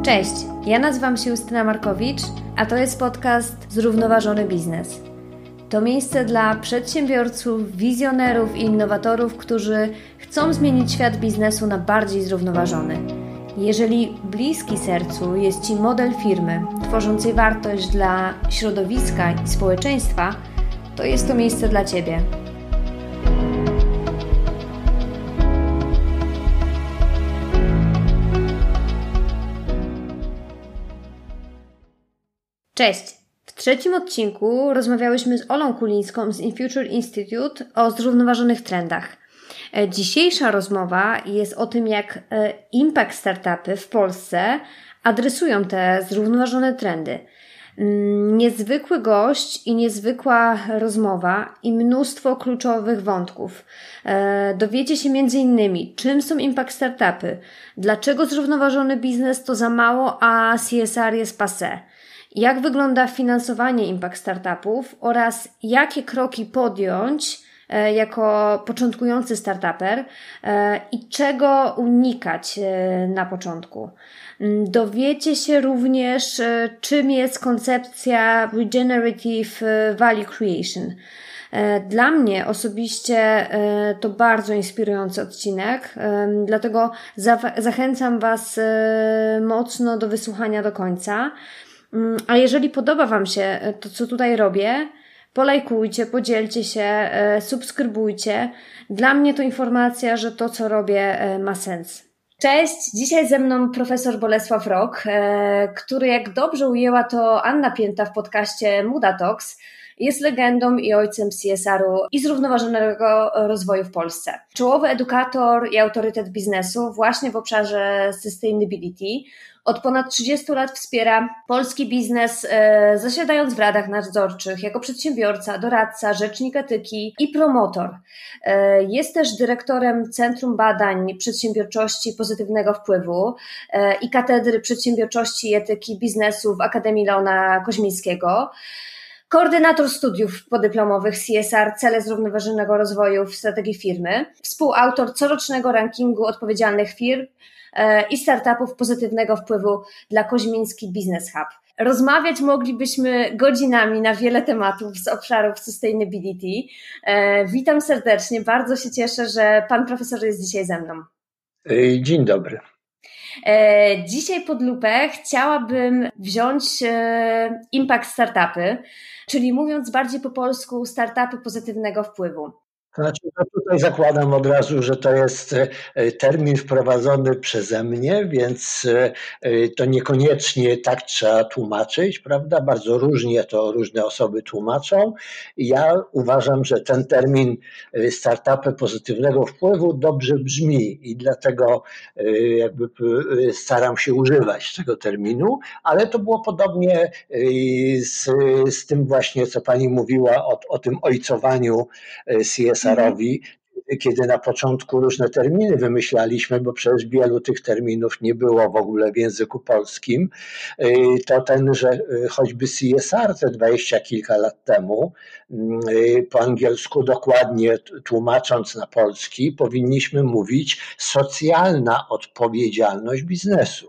Cześć, ja nazywam się Justyna Markowicz, a to jest podcast Zrównoważony Biznes. To miejsce dla przedsiębiorców, wizjonerów i innowatorów, którzy chcą zmienić świat biznesu na bardziej zrównoważony. Jeżeli bliski sercu jest Ci model firmy tworzącej wartość dla środowiska i społeczeństwa, to jest to miejsce dla Ciebie. Cześć! W trzecim odcinku rozmawiałyśmy z Olą Kulińską z InFuture Institute o zrównoważonych trendach. Dzisiejsza rozmowa jest o tym, jak impact startupy w Polsce adresują te zrównoważone trendy. Niezwykły gość i niezwykła rozmowa i mnóstwo kluczowych wątków. Dowiecie się m.in. czym są impact startupy, dlaczego zrównoważony biznes to za mało, a CSR jest passé. Jak wygląda finansowanie impact startupów oraz jakie kroki podjąć jako początkujący startuper i czego unikać na początku. Dowiecie się również, czym jest koncepcja Regenerative Value Creation. Dla mnie osobiście to bardzo inspirujący odcinek, dlatego zachęcam Was mocno do wysłuchania do końca. A jeżeli podoba Wam się to, co tutaj robię, polajkujcie, podzielcie się, subskrybujcie. Dla mnie to informacja, że to, co robię, ma sens. Cześć! Dzisiaj ze mną profesor Bolesław Rok, który, jak dobrze ujęła to Anna Pięta w podcaście Muda Talks, jest legendą i ojcem CSR-u i zrównoważonego rozwoju w Polsce. Czołowy edukator i autorytet biznesu właśnie w obszarze sustainability. Od ponad 30 lat wspiera polski biznes, zasiadając w radach nadzorczych jako przedsiębiorca, doradca, rzecznik etyki i promotor. Jest też dyrektorem Centrum Badań Przedsiębiorczości i Pozytywnego Wpływu i Katedry Przedsiębiorczości i Etyki Biznesu w Akademii Leona Koźmińskiego. Koordynator studiów podyplomowych CSR Cele Zrównoważonego Rozwoju w Strategii Firmy. Współautor corocznego rankingu odpowiedzialnych firm i startupów pozytywnego wpływu dla Koźmiński Business Hub. Rozmawiać moglibyśmy godzinami na wiele tematów z obszarów sustainability. Witam serdecznie, bardzo się cieszę, że pan profesor jest dzisiaj ze mną. Dzień dobry. Dzisiaj pod lupę chciałabym wziąć impact startupy, czyli mówiąc bardziej po polsku startupy pozytywnego wpływu. Znaczy, tutaj zakładam od razu, że to jest termin wprowadzony przeze mnie, więc to niekoniecznie tak trzeba tłumaczyć, prawda? Bardzo różnie to różne osoby tłumaczą. Ja uważam, że ten termin startupy pozytywnego wpływu dobrze brzmi i dlatego jakby staram się używać tego terminu, ale to było podobnie z tym właśnie, co pani mówiła o tym ojcowaniu CSR-owi, kiedy na początku różne terminy wymyślaliśmy, bo przecież wielu tych terminów nie było w ogóle w języku polskim, to ten, że choćby CSR te 20 kilka lat temu, po angielsku dokładnie tłumacząc na polski, powinniśmy mówić socjalna odpowiedzialność biznesu.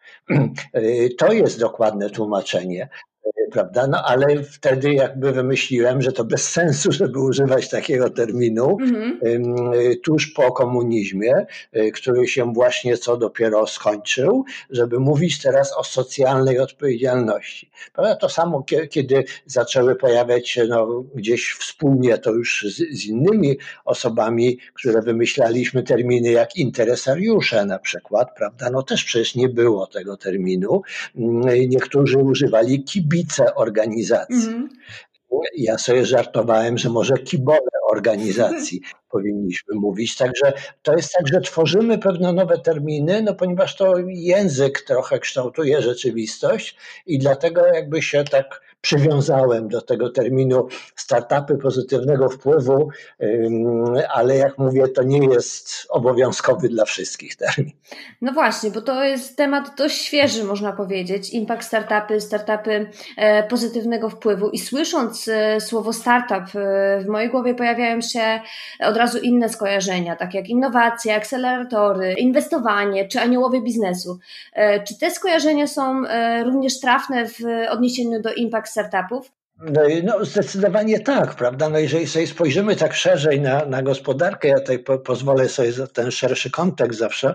To jest dokładne tłumaczenie. Prawda? No ale wtedy jakby wymyśliłem, że to bez sensu, żeby używać takiego terminu tuż po komunizmie, który się właśnie co dopiero skończył, żeby mówić teraz o socjalnej odpowiedzialności. Prawda? To samo, kiedy zaczęły pojawiać się gdzieś wspólnie to już z innymi osobami, które wymyślaliśmy terminy jak interesariusze na przykład, prawda? No też przecież nie było tego terminu. Niektórzy używali kibice organizacji. Ja sobie żartowałem, że może kibole organizacji powinniśmy mówić. Także to jest tak, że tworzymy pewne nowe terminy, ponieważ to język trochę kształtuje rzeczywistość i dlatego jakby się tak przywiązałem do tego terminu startupy pozytywnego wpływu, ale jak mówię, to nie jest obowiązkowy dla wszystkich termin. No właśnie, bo to jest temat dość świeży, można powiedzieć. Impact startupy pozytywnego wpływu. I słysząc słowo startup, w mojej głowie pojawiają się od razu inne skojarzenia, tak jak innowacje, akceleratory, inwestowanie czy aniołowie biznesu. Czy te skojarzenia są również trafne w odniesieniu do impact startupów? No, zdecydowanie tak, prawda? No jeżeli sobie spojrzymy tak szerzej na gospodarkę, ja tutaj pozwolę sobie za ten szerszy kontekst zawsze,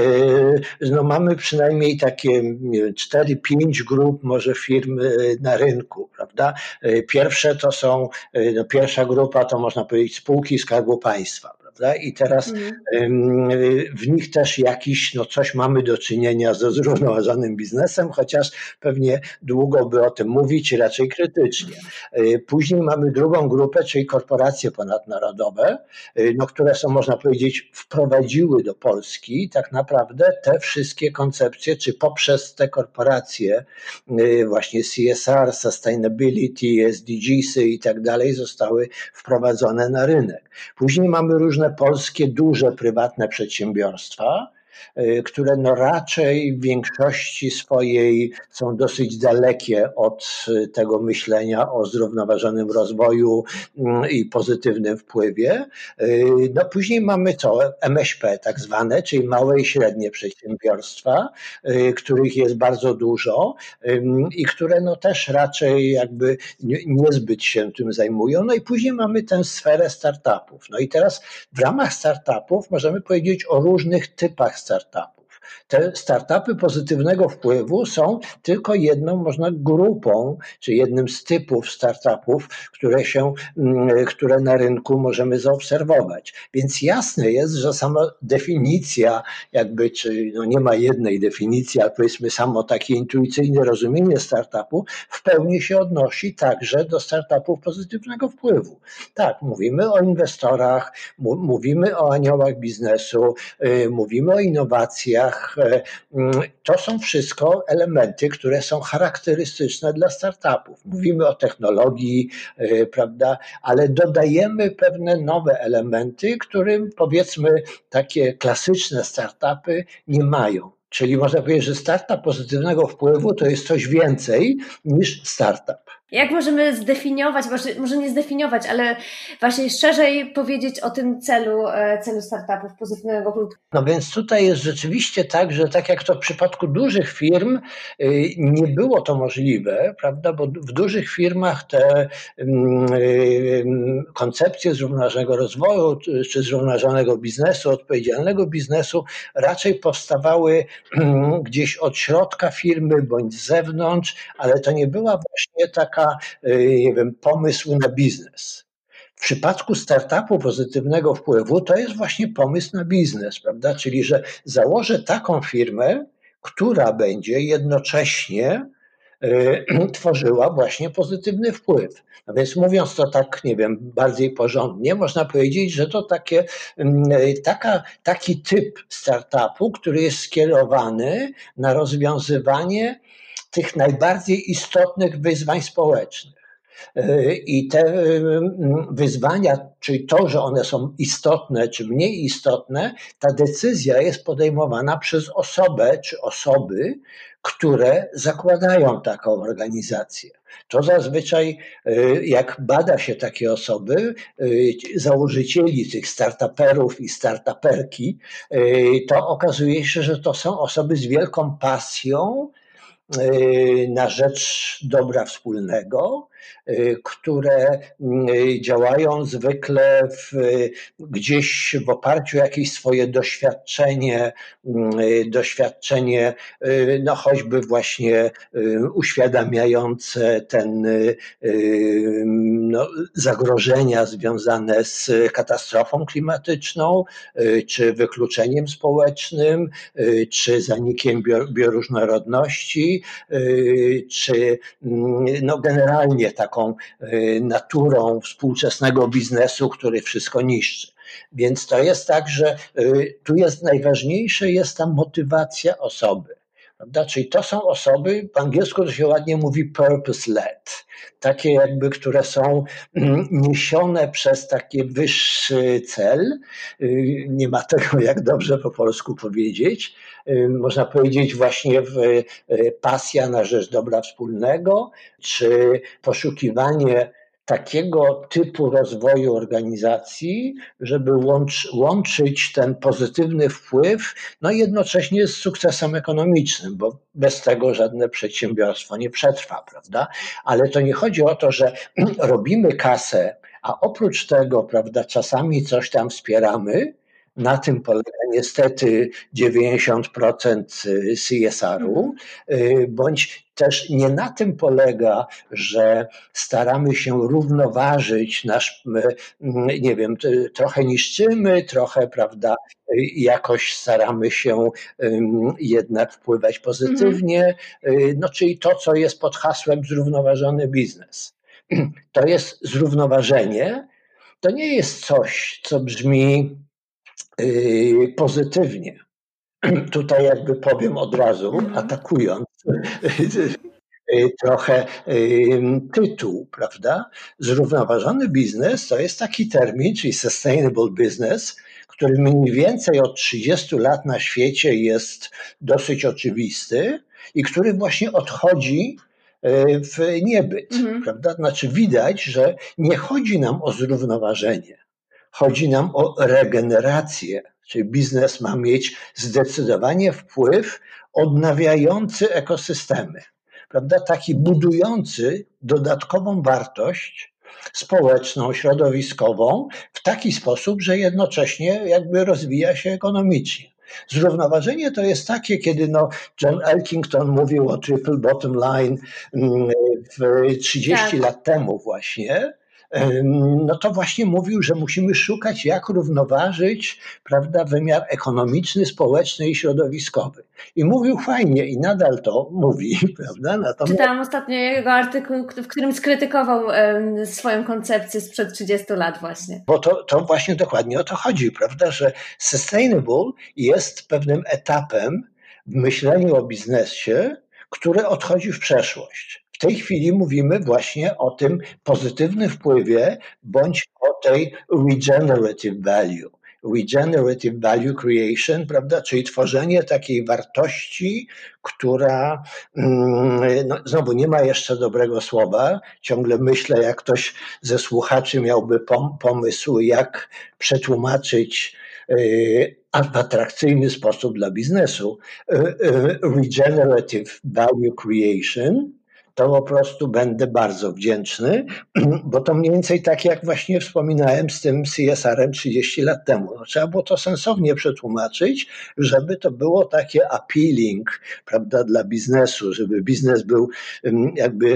no mamy przynajmniej takie 4-5 grup może firm na rynku, prawda? Pierwsze to są, no pierwsza grupa to można powiedzieć spółki Skarbu Państwa. I teraz w nich też jakiś, no coś mamy do czynienia ze zrównoważonym biznesem, chociaż pewnie długo by o tym mówić, raczej krytycznie. Później mamy drugą grupę, czyli korporacje ponadnarodowe, no, które są, można powiedzieć, wprowadziły do Polski tak naprawdę te wszystkie koncepcje, czy poprzez te korporacje właśnie CSR, Sustainability, SDGs-y i tak dalej zostały wprowadzone na rynek. Później mamy różne polskie duże prywatne przedsiębiorstwa, które no raczej w większości swojej są dosyć dalekie od tego myślenia o zrównoważonym rozwoju i pozytywnym wpływie. No później mamy to MŚP tak zwane, czyli małe i średnie przedsiębiorstwa, których jest bardzo dużo i które no też raczej jakby niezbyt się tym zajmują. No i później mamy tę sferę startupów. No i teraz w ramach startupów możemy powiedzieć o różnych typach startupów. Te startupy pozytywnego wpływu są tylko jedną, można grupą, czy jednym z typów startupów, które na rynku możemy zaobserwować. Więc jasne jest, że sama definicja jakby, czy no nie ma jednej definicji, ale powiedzmy samo takie intuicyjne rozumienie startupu w pełni się odnosi także do startupów pozytywnego wpływu. Tak, mówimy o inwestorach, mówimy o aniołach biznesu, mówimy o innowacjach. To są wszystko elementy, które są charakterystyczne dla startupów. Mówimy o technologii, prawda, ale dodajemy pewne nowe elementy, którym powiedzmy takie klasyczne startupy nie mają. Czyli można powiedzieć, że startup pozytywnego wpływu to jest coś więcej niż startup. Jak możemy zdefiniować, może nie zdefiniować, ale właśnie szerzej powiedzieć o tym celu startupów pozytywnego wpływu? No więc tutaj jest rzeczywiście tak, że tak jak to w przypadku dużych firm nie było to możliwe, prawda, bo w dużych firmach te koncepcje zrównoważonego rozwoju czy zrównoważonego biznesu, odpowiedzialnego biznesu raczej powstawały gdzieś od środka firmy bądź z zewnątrz, ale to nie była właśnie taka, nie wiem, pomysł na biznes. W przypadku startupu pozytywnego wpływu to jest właśnie pomysł na biznes, prawda? Czyli, że założę taką firmę, która będzie jednocześnie tworzyła właśnie pozytywny wpływ. No więc mówiąc to tak, nie wiem, bardziej porządnie, można powiedzieć, że to taki typ startupu, który jest skierowany na rozwiązywanie tych najbardziej istotnych wyzwań społecznych. I te wyzwania, czyli to, że one są istotne czy mniej istotne, ta decyzja jest podejmowana przez osobę czy osoby, które zakładają taką organizację. To zazwyczaj, jak bada się takie osoby, założycieli tych startuperów i startuperki, to okazuje się, że to są osoby z wielką pasją na rzecz dobra wspólnego, które działają zwykle gdzieś w oparciu o jakieś swoje doświadczenie, no choćby właśnie uświadamiające zagrożenia związane z katastrofą klimatyczną, czy wykluczeniem społecznym, czy zanikiem bioróżnorodności, czy generalnie taką naturą współczesnego biznesu, który wszystko niszczy. Więc to jest tak, że tu jest najważniejsze jest ta motywacja osoby. Prawda? Czyli to są osoby, po angielsku to się ładnie mówi purpose-led, takie jakby, które są niesione przez taki wyższy cel. Nie ma tego, jak dobrze po polsku powiedzieć. Można powiedzieć właśnie pasja na rzecz dobra wspólnego, czy poszukiwanie takiego typu rozwoju organizacji, żeby łączyć ten pozytywny wpływ, no jednocześnie z sukcesem ekonomicznym, bo bez tego żadne przedsiębiorstwo nie przetrwa, prawda? Ale to nie chodzi o to, że robimy kasę, a oprócz tego, prawda, czasami coś tam wspieramy. Na tym polega niestety 90% CSR-u, bądź też nie na tym polega, że staramy się równoważyć nasz, nie wiem, trochę niszczymy, trochę, prawda, jakoś staramy się jednak wpływać pozytywnie, no czyli to, co jest pod hasłem zrównoważony biznes. To jest zrównoważenie, to nie jest coś, co brzmi pozytywnie. Tutaj jakby powiem od razu, atakując trochę tytuł, prawda? Zrównoważony biznes to jest taki termin, czyli sustainable business, który mniej więcej od 30 lat na świecie jest dosyć oczywisty i który właśnie odchodzi w niebyt, prawda? Znaczy widać, że nie chodzi nam o zrównoważenie, chodzi nam o regenerację, czyli biznes ma mieć zdecydowanie wpływ odnawiający ekosystemy, prawda? Taki budujący dodatkową wartość społeczną, środowiskową w taki sposób, że jednocześnie jakby rozwija się ekonomicznie. Zrównoważenie to jest takie, kiedy John Elkington mówił o triple bottom line 30 lat temu właśnie, no to właśnie mówił, że musimy szukać, jak równoważyć, prawda, wymiar ekonomiczny, społeczny i środowiskowy. I mówił fajnie i nadal to mówi, prawda? Natomiast... Czytałam ostatnio jego artykuł, w którym skrytykował swoją koncepcję sprzed 30 lat właśnie. Bo to właśnie dokładnie o to chodzi, prawda, że sustainable jest pewnym etapem w myśleniu o biznesie, który odchodzi w przeszłość. W tej chwili mówimy właśnie o tym pozytywnym wpływie bądź o tej regenerative value creation, prawda, czyli tworzenie takiej wartości, która, no znowu nie ma jeszcze dobrego słowa, ciągle myślę, jak ktoś ze słuchaczy miałby pomysł, jak przetłumaczyć w atrakcyjny sposób dla biznesu regenerative value creation, to po prostu będę bardzo wdzięczny, bo to mniej więcej tak, jak właśnie wspominałem z tym CSR-em 30 lat temu. No, trzeba było to sensownie przetłumaczyć, żeby to było takie appealing, prawda, dla biznesu, żeby biznes był jakby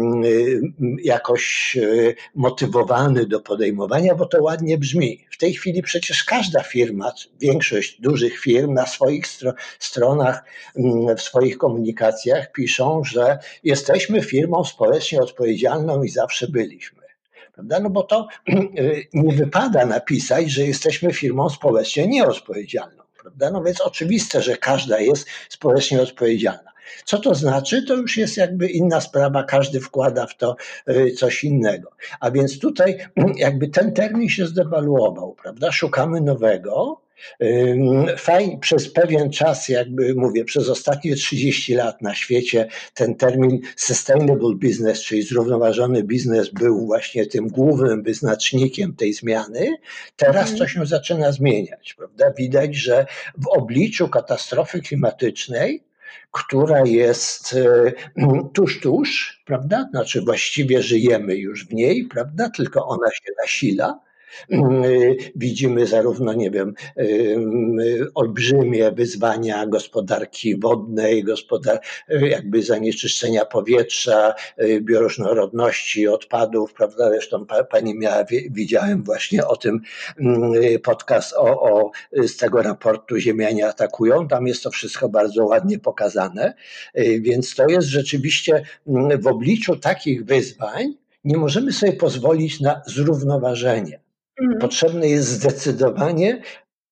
jakoś motywowany do podejmowania, bo to ładnie brzmi. W tej chwili przecież każda firma, większość dużych firm na swoich stronach, w swoich komunikacjach piszą, że jesteśmy firmą społecznie odpowiedzialną i zawsze byliśmy. Prawda? No bo to nie wypada napisać, że jesteśmy firmą społecznie nieodpowiedzialną. Prawda? No więc oczywiste, że każda jest społecznie odpowiedzialna. Co to znaczy? To już jest jakby inna sprawa, każdy wkłada w to coś innego. A więc tutaj jakby ten termin się zdewaluował, prawda? Szukamy nowego. Fajnie, przez pewien czas, jakby mówię, przez ostatnie 30 lat na świecie ten termin sustainable business, czyli zrównoważony biznes, był właśnie tym głównym wyznacznikiem tej zmiany. Teraz to się zaczyna zmieniać, prawda? Widać, że w obliczu katastrofy klimatycznej, która jest tuż, prawda? Znaczy właściwie żyjemy już w niej, prawda? Tylko ona się nasila. Widzimy zarówno, nie wiem, olbrzymie wyzwania gospodarki wodnej, jakby zanieczyszczenia powietrza, bioróżnorodności, odpadów, prawda? Zresztą pani widziałem właśnie o tym podcast z tego raportu Ziemianie atakują. Tam jest to wszystko bardzo ładnie pokazane. Więc to jest rzeczywiście w obliczu takich wyzwań nie możemy sobie pozwolić na zrównoważenie. Potrzebne jest zdecydowanie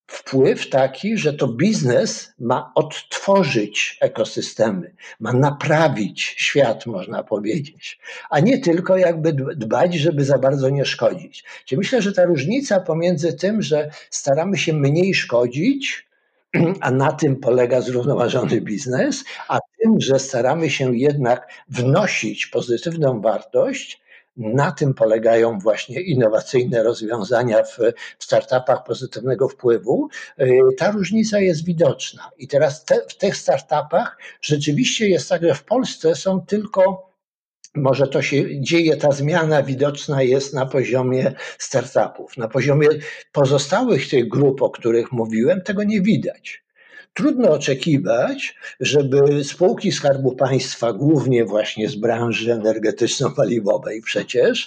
wpływ taki, że to biznes ma odtworzyć ekosystemy, ma naprawić świat, można powiedzieć, a nie tylko jakby dbać, żeby za bardzo nie szkodzić. Czyli myślę, że ta różnica pomiędzy tym, że staramy się mniej szkodzić, a na tym polega zrównoważony biznes, a tym, że staramy się jednak wnosić pozytywną wartość, na tym polegają właśnie innowacyjne rozwiązania w startupach pozytywnego wpływu. Ta różnica jest widoczna. I teraz w tych startupach rzeczywiście jest tak, że w Polsce są tylko, może to się dzieje, ta zmiana widoczna jest na poziomie startupów. Na poziomie pozostałych tych grup, o których mówiłem, tego nie widać. Trudno oczekiwać, żeby spółki Skarbu Państwa, głównie właśnie z branży energetyczno-paliwowej przecież,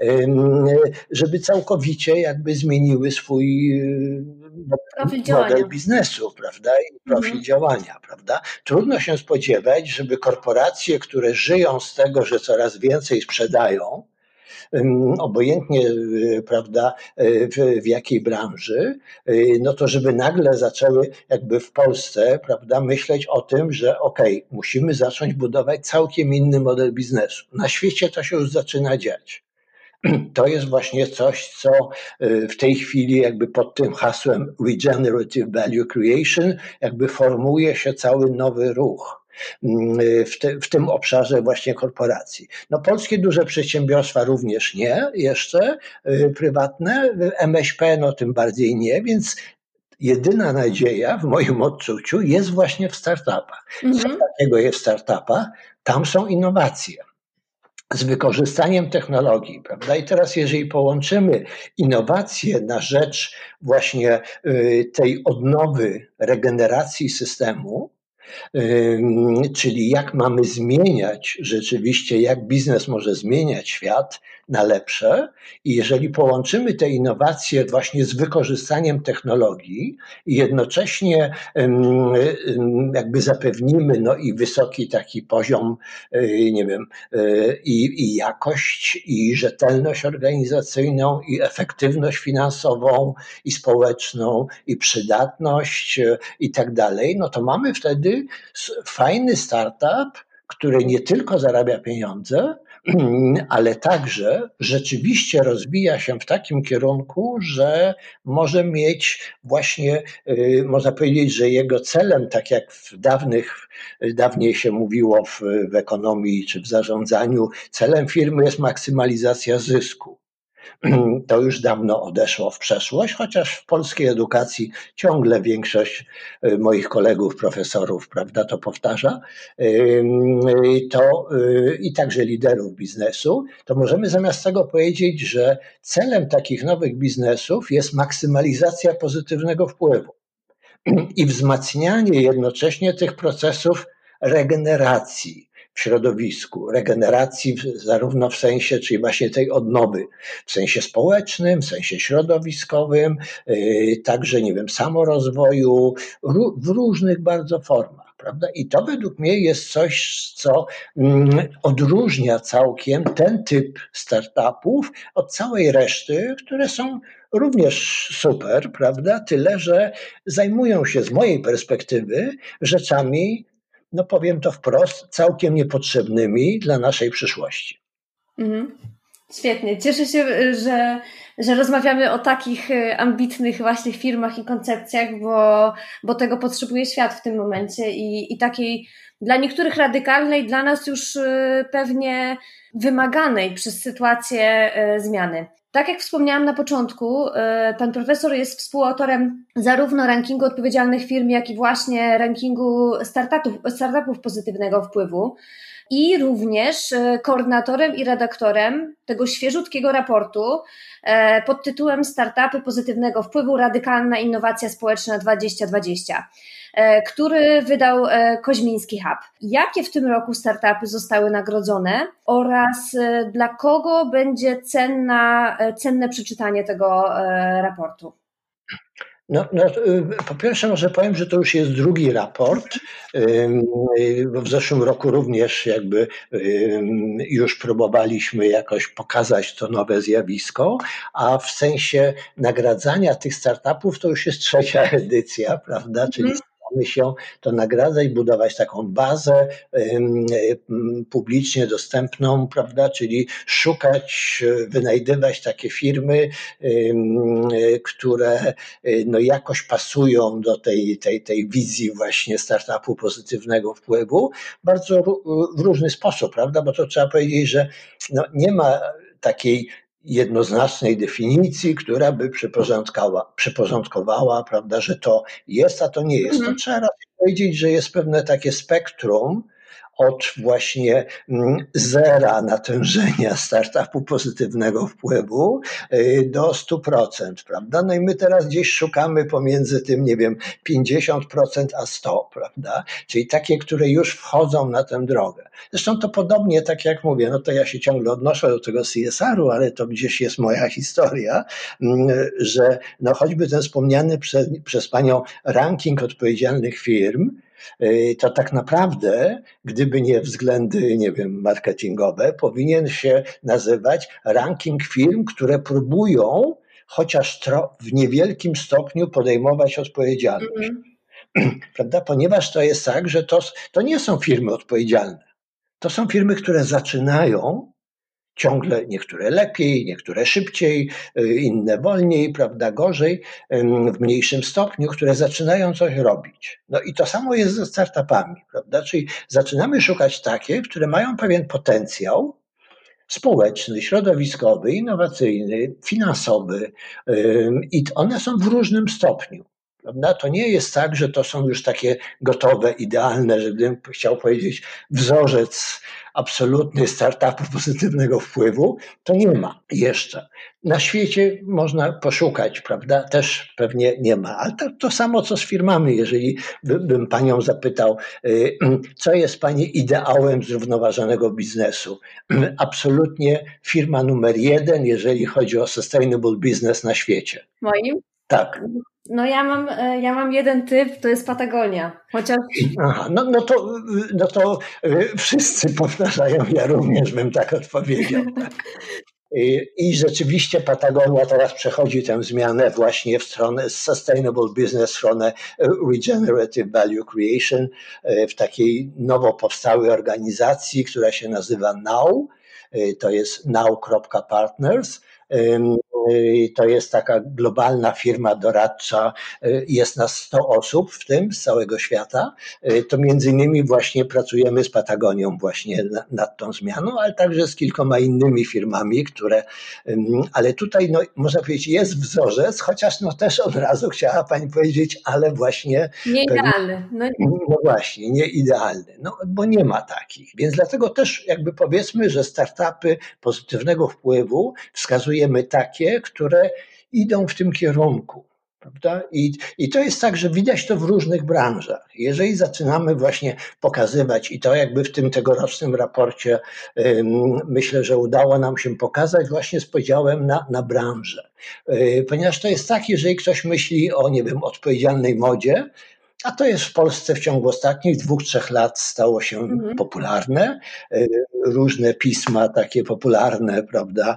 żeby całkowicie jakby zmieniły swój model biznesu, prawda, i profil działania, prawda. Trudno się spodziewać, żeby korporacje, które żyją z tego, że coraz więcej sprzedają, obojętnie, prawda, w jakiej branży, no to żeby nagle zaczęły jakby w Polsce, prawda, myśleć o tym, że musimy zacząć budować całkiem inny model biznesu. Na świecie to się już zaczyna dziać. To jest właśnie coś, co w tej chwili jakby pod tym hasłem Regenerative Value Creation jakby formuje się cały nowy ruch w tym obszarze właśnie korporacji. No polskie duże przedsiębiorstwa również nie, jeszcze prywatne, MŚP no tym bardziej nie, więc jedyna nadzieja w moim odczuciu jest właśnie w startupach. Co takiego jest w startupach? Tam są innowacje z wykorzystaniem technologii, prawda? I teraz jeżeli połączymy innowacje na rzecz właśnie tej odnowy, regeneracji systemu, czyli jak mamy zmieniać rzeczywiście, jak biznes może zmieniać świat na lepsze, i jeżeli połączymy te innowacje właśnie z wykorzystaniem technologii i jednocześnie jakby zapewnimy no i wysoki taki poziom, nie wiem, i jakość, i rzetelność organizacyjną, i efektywność finansową, i społeczną, i przydatność i tak dalej, no to mamy wtedy fajny startup, który nie tylko zarabia pieniądze, ale także rzeczywiście rozwija się w takim kierunku, że może mieć właśnie, można powiedzieć, że jego celem, tak jak dawniej się mówiło w ekonomii czy w zarządzaniu, celem firmy jest maksymalizacja zysku. To już dawno odeszło w przeszłość, chociaż w polskiej edukacji ciągle większość moich kolegów, profesorów, prawda, to powtarza, i także liderów biznesu, to możemy zamiast tego powiedzieć, że celem takich nowych biznesów jest maksymalizacja pozytywnego wpływu i wzmacnianie jednocześnie tych procesów regeneracji w środowisku, regeneracji zarówno w sensie, czyli właśnie tej odnowy, w sensie społecznym, w sensie środowiskowym, także, nie wiem, samorozwoju, w różnych bardzo formach, prawda? I to według mnie jest coś, co odróżnia całkiem ten typ startupów od całej reszty, które są również super, prawda? Tyle, że zajmują się z mojej perspektywy rzeczami, no powiem to wprost, całkiem niepotrzebnymi dla naszej przyszłości. Świetnie. Cieszę się, że rozmawiamy o takich ambitnych właśnie firmach i koncepcjach, bo tego potrzebuje świat w tym momencie i takiej dla niektórych radykalnej, dla nas już pewnie wymaganej przez sytuację zmiany. Tak jak wspomniałam na początku, pan profesor jest współautorem zarówno rankingu odpowiedzialnych firm, jak i właśnie rankingu startupów pozytywnego wpływu i również koordynatorem i redaktorem tego świeżutkiego raportu pod tytułem Startupy pozytywnego wpływu, radykalna innowacja społeczna 2020, który wydał Koźmiński Hub. Jakie w tym roku startupy zostały nagrodzone oraz dla kogo będzie cenne przeczytanie tego raportu? Po pierwsze może powiem, że to już jest drugi raport, bo w zeszłym roku również jakby już próbowaliśmy jakoś pokazać to nowe zjawisko, a w sensie nagradzania tych startupów to już jest trzecia edycja, prawda, czyli staramy się to nagradzać, budować taką bazę publicznie dostępną, prawda, czyli szukać, wynajdywać takie firmy, które no jakoś pasują do tej wizji właśnie startupu pozytywnego wpływu, bardzo w różny sposób, prawda, bo to trzeba powiedzieć, że no nie ma takiej jednoznacznej definicji, która by przyporządkowała, prawda, że to jest, a to nie jest. To trzeba powiedzieć, że jest pewne takie spektrum od właśnie zera natężenia startupu pozytywnego wpływu do 100%, prawda? No i my teraz gdzieś szukamy pomiędzy tym, nie wiem, 50% a 100%, prawda? Czyli takie, które już wchodzą na tę drogę. Zresztą to podobnie, tak jak mówię, no to ja się ciągle odnoszę do tego CSR-u, ale to gdzieś jest moja historia, że no choćby ten wspomniany przez panią ranking odpowiedzialnych firm, to tak naprawdę, gdyby nie względy, nie wiem, marketingowe, powinien się nazywać ranking firm, które próbują chociaż w niewielkim stopniu podejmować odpowiedzialność. Prawda? Ponieważ to jest tak, że to nie są firmy odpowiedzialne. To są firmy, które zaczynają ciągle, niektóre lepiej, niektóre szybciej, inne wolniej, prawda, gorzej, w mniejszym stopniu, które zaczynają coś robić. No i to samo jest ze startupami, prawda, czyli zaczynamy szukać takie, które mają pewien potencjał społeczny, środowiskowy, innowacyjny, finansowy i one są w różnym stopniu. Prawda? To nie jest tak, że to są już takie gotowe, idealne, że gdybym chciał powiedzieć wzorzec absolutny startupu pozytywnego wpływu, to nie ma jeszcze. Na świecie można poszukać, prawda? Też pewnie nie ma. Ale to samo co z firmami. Jeżeli bym panią zapytał, co jest pani ideałem zrównoważonego biznesu? Absolutnie firma numer 1, jeżeli chodzi o sustainable business na świecie. Moim? Tak. No ja mam jeden typ, to jest Patagonia. Chociaż... Aha, no to wszyscy powtarzają, ja również bym tak odpowiedział. Tak. I rzeczywiście Patagonia teraz przechodzi tę zmianę właśnie w stronę sustainable business, w stronę regenerative value creation, w takiej nowo powstałej organizacji, która się nazywa NOW, to jest now.partners. To jest taka globalna firma doradcza, jest nas 100 osób w tym z całego świata. To między innymi właśnie pracujemy z Patagonią właśnie nad tą zmianą, ale także z kilkoma innymi firmami, ale tutaj no, można powiedzieć jest wzorzec, chociaż no też od razu chciała pani powiedzieć, ale właśnie... Nie idealny. No właśnie, nie idealny, no bo nie ma takich, więc dlatego też jakby powiedzmy, że startupy pozytywnego wpływu wskazujemy takie, które idą w tym kierunku. Prawda? I to jest tak, że widać to w różnych branżach. Jeżeli zaczynamy właśnie pokazywać, i to jakby w tym tegorocznym raporcie myślę, że udało nam się pokazać właśnie z podziałem na branżę. Ponieważ to jest tak, jeżeli ktoś myśli o, nie wiem, odpowiedzialnej modzie, a to jest w Polsce w ciągu ostatnich 2-3 lat stało się popularne. Różne pisma takie popularne, prawda,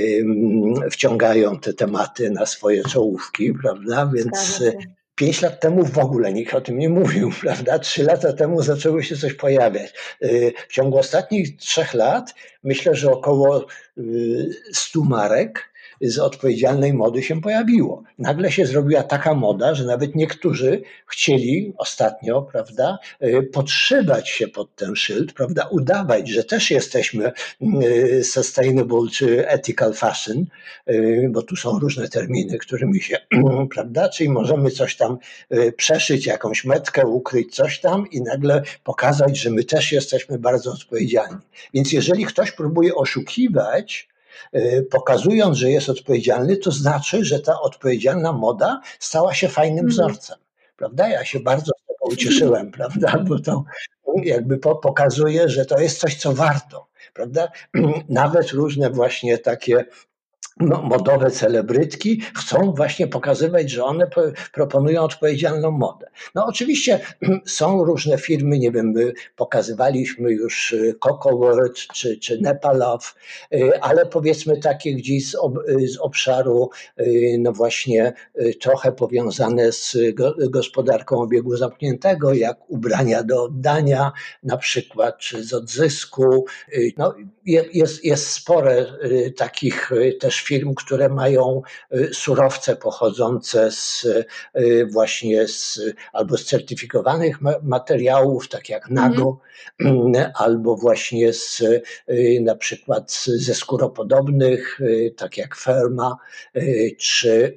wciągają te tematy na swoje czołówki, prawda, więc 5 lat temu w ogóle nikt o tym nie mówił, prawda, 3 lata temu zaczęło się coś pojawiać. W ciągu ostatnich 3 lat myślę, że około 100 marek z odpowiedzialnej mody się pojawiło. Nagle się zrobiła taka moda, że nawet niektórzy chcieli ostatnio, prawda, podszywać się pod ten szyld, prawda, udawać, że też jesteśmy sustainable czy ethical fashion, bo tu są różne terminy, którymi się, prawda, czyli możemy coś tam przeszyć, jakąś metkę, ukryć coś tam i nagle pokazać, że my też jesteśmy bardzo odpowiedzialni. Więc jeżeli ktoś próbuje oszukiwać, pokazując, że jest odpowiedzialny, to znaczy, że ta odpowiedzialna moda stała się fajnym wzorcem. Prawda? Ja się bardzo z tego ucieszyłem, prawda? Bo to jakby pokazuje, że to jest coś, co warto. Prawda? Nawet różne właśnie takie modowe celebrytki chcą właśnie pokazywać, że one proponują odpowiedzialną modę. No oczywiście są różne firmy, nie wiem, my pokazywaliśmy już Coco World czy Nepalow, ale powiedzmy takie gdzieś z obszaru no właśnie trochę powiązane z gospodarką obiegu zamkniętego, jak ubrania do oddania na przykład, czy z odzysku. No, jest spore takich też firm, które mają surowce pochodzące właśnie albo z certyfikowanych materiałów, tak jak Nago, albo właśnie na przykład ze skóropodobnych, tak jak Ferma, czy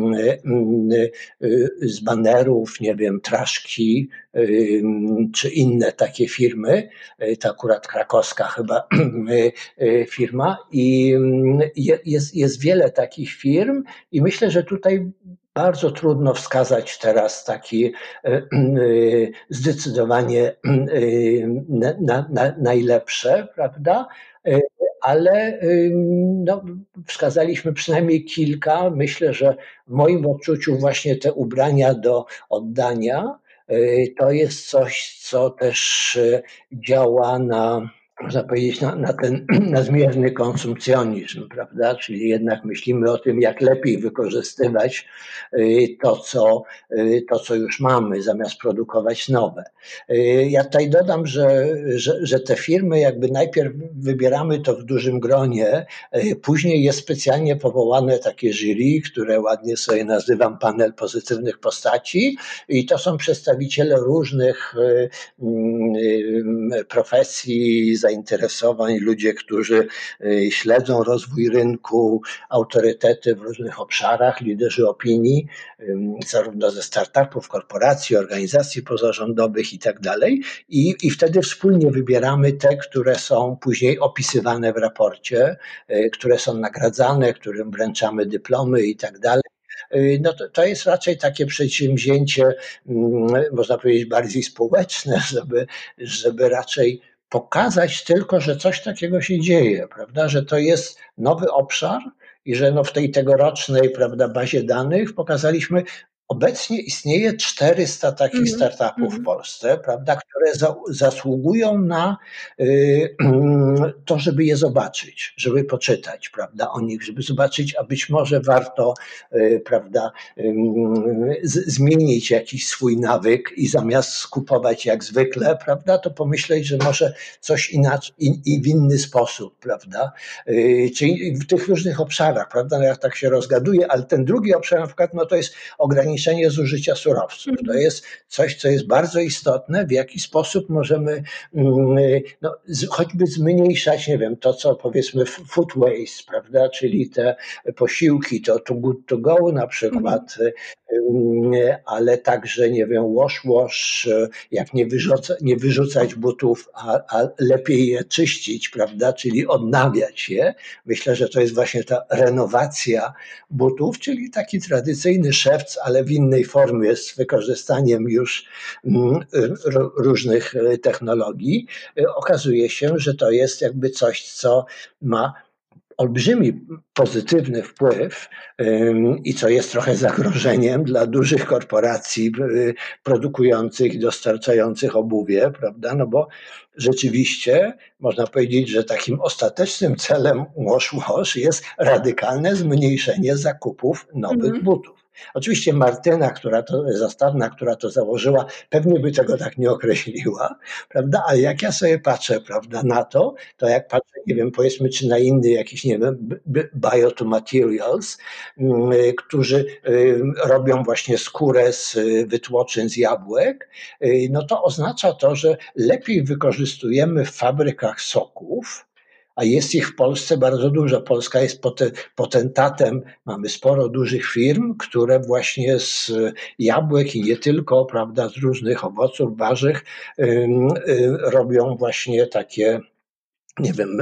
z banerów, nie wiem, Traszki, czy inne takie firmy, to akurat krakowska chyba firma, i jest wiele takich firm i myślę, że tutaj bardzo trudno wskazać teraz taki zdecydowanie najlepsze, prawda? Ale no, wskazaliśmy przynajmniej kilka. Myślę, że w moim odczuciu właśnie te ubrania do oddania to jest coś, co też działa można powiedzieć, na ten nadmierny konsumpcjonizm, prawda? Czyli jednak myślimy o tym, jak lepiej wykorzystywać to, co już mamy, zamiast produkować nowe. Ja tutaj dodam, że te firmy jakby najpierw wybieramy to w dużym gronie, później jest specjalnie powołane takie jury, które ładnie sobie nazywam panel pozytywnych postaci, i to są przedstawiciele różnych profesji, zainteresowań, ludzie, którzy śledzą rozwój rynku, autorytety w różnych obszarach, liderzy opinii, zarówno ze startupów, korporacji, organizacji pozarządowych i tak dalej. I wtedy wspólnie wybieramy te, które są później opisywane w raporcie, które są nagradzane, którym wręczamy dyplomy i tak dalej. No to jest raczej takie przedsięwzięcie, można powiedzieć, bardziej społeczne, żeby raczej pokazać tylko, że coś takiego się dzieje, prawda, że to jest nowy obszar i że no w tej tegorocznej, prawda, bazie danych pokazaliśmy, obecnie istnieje 400 takich startupów w Polsce, prawda, które zasługują na to, żeby je zobaczyć, żeby poczytać, prawda, o nich, żeby zobaczyć, a być może warto, prawda, zmienić jakiś swój nawyk i zamiast kupować jak zwykle, prawda, to pomyśleć, że może coś inaczej i w inny sposób, prawda, czyli w tych różnych obszarach, prawda, no jak tak się rozgaduje, ale ten drugi obszar na przykład, no to jest ograniczenie zużycia surowców. To jest coś, co jest bardzo istotne, w jaki sposób możemy no, choćby zmniejszać, nie wiem, to co powiedzmy food waste, prawda, czyli te posiłki, to too good to go na przykład, ale także, nie wiem, wash, jak nie wyrzucać butów, a lepiej je czyścić, prawda, czyli odnawiać je. Myślę, że to jest właśnie ta renowacja butów, czyli taki tradycyjny szewc, ale w innej formie, z wykorzystaniem już różnych technologii. Okazuje się, że to jest jakby coś, co ma olbrzymi pozytywny wpływ i co jest trochę zagrożeniem dla dużych korporacji produkujących i dostarczających obuwie, prawda? No bo rzeczywiście można powiedzieć, że takim ostatecznym celem wash jest radykalne zmniejszenie zakupów nowych butów. Oczywiście Martyna, Zastawna, która to założyła, pewnie by tego tak nie określiła, prawda? Ale jak ja sobie patrzę, prawda, na to jak patrzę, nie wiem, powiedzmy, czy na inny jakiś, nie wiem, biomaterials, którzy robią właśnie skórę z wytłoczyn z jabłek, no to oznacza to, że lepiej wykorzystujemy w fabrykach soków, a jest ich w Polsce bardzo dużo. Polska jest potentatem, mamy sporo dużych firm, które właśnie z jabłek i nie tylko, prawda, z różnych owoców, warzyw robią właśnie takie, nie wiem,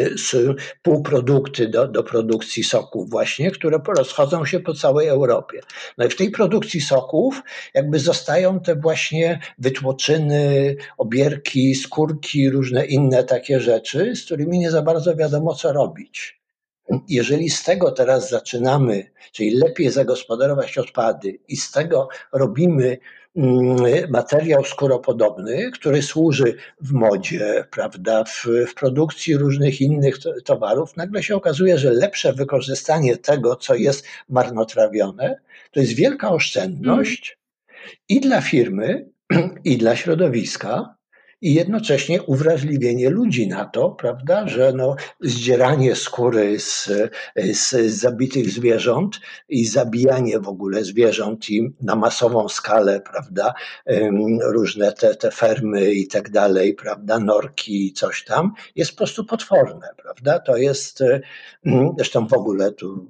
półprodukty do produkcji soków właśnie, które rozchodzą się po całej Europie. No i w tej produkcji soków jakby zostają te właśnie wytłoczyny, obierki, skórki, różne inne takie rzeczy, z którymi nie za bardzo wiadomo, co robić. Jeżeli z tego teraz zaczynamy, czyli lepiej zagospodarować odpady i z tego robimy materiał skóropodobny, który służy w modzie, prawda, w produkcji różnych innych towarów, nagle się okazuje, że lepsze wykorzystanie tego, co jest marnotrawione, to jest wielka oszczędność i dla firmy, i dla środowiska, i jednocześnie uwrażliwienie ludzi na to, prawda, że zdzieranie skóry z zabitych zwierząt i zabijanie w ogóle zwierząt i na masową skalę, prawda, różne te fermy i tak dalej, prawda, norki i coś tam, jest po prostu potworne, prawda, to jest, zresztą w ogóle tu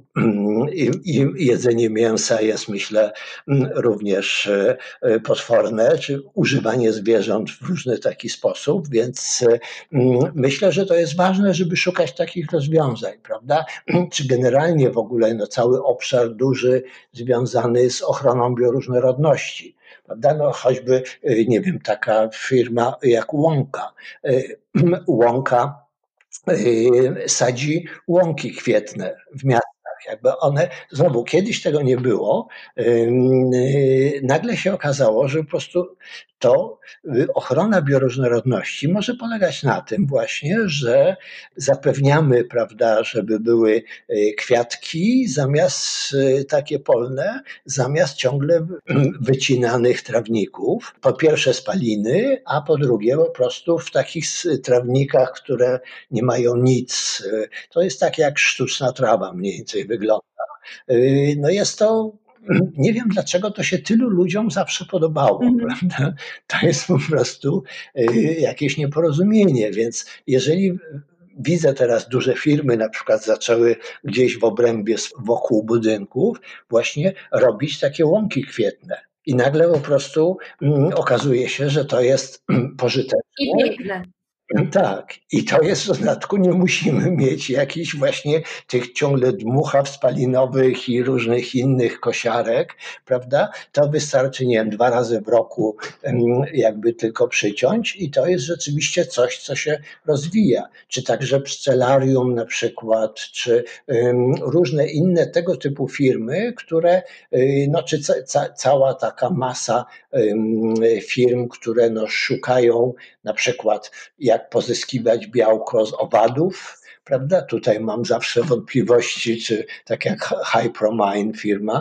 jedzenie mięsa jest, myślę, również potworne, czy używanie zwierząt w różny taki sposób, więc myślę, że to jest ważne, żeby szukać takich rozwiązań, prawda? Czy generalnie w ogóle cały obszar duży związany z ochroną bioróżnorodności, prawda? Choćby, nie wiem, taka firma jak Łąka. Łąka sadzi łąki kwietne w miastach. Jakby one, znowu, kiedyś tego nie było, nagle się okazało, że po prostu to ochrona bioróżnorodności może polegać na tym właśnie, że zapewniamy, prawda, żeby były kwiatki zamiast takie polne, zamiast ciągle wycinanych trawników. Po pierwsze spaliny, a po drugie po prostu w takich trawnikach, które nie mają nic. To jest tak jak sztuczna trawa mniej więcej wygląda. No jest to, nie wiem dlaczego to się tylu ludziom zawsze podobało, prawda? To jest po prostu jakieś nieporozumienie, więc jeżeli widzę teraz duże firmy na przykład zaczęły gdzieś w obrębie wokół budynków właśnie robić takie łąki kwietne. I nagle po prostu okazuje się, że to jest pożyteczne. I piękne. Tak, i to jest w dodatku, nie musimy mieć jakichś właśnie tych ciągle dmuchaw spalinowych i różnych innych kosiarek, prawda? To wystarczy, nie wiem, 2 razy w roku jakby tylko przyciąć i to jest rzeczywiście coś, co się rozwija. Czy także pszczelarium na przykład, czy różne inne tego typu firmy, które, czy cała taka masa firm, które szukają na przykład jak pozyskiwać białko z owadów, prawda? Tutaj mam zawsze wątpliwości, czy tak jak Hypromine firma,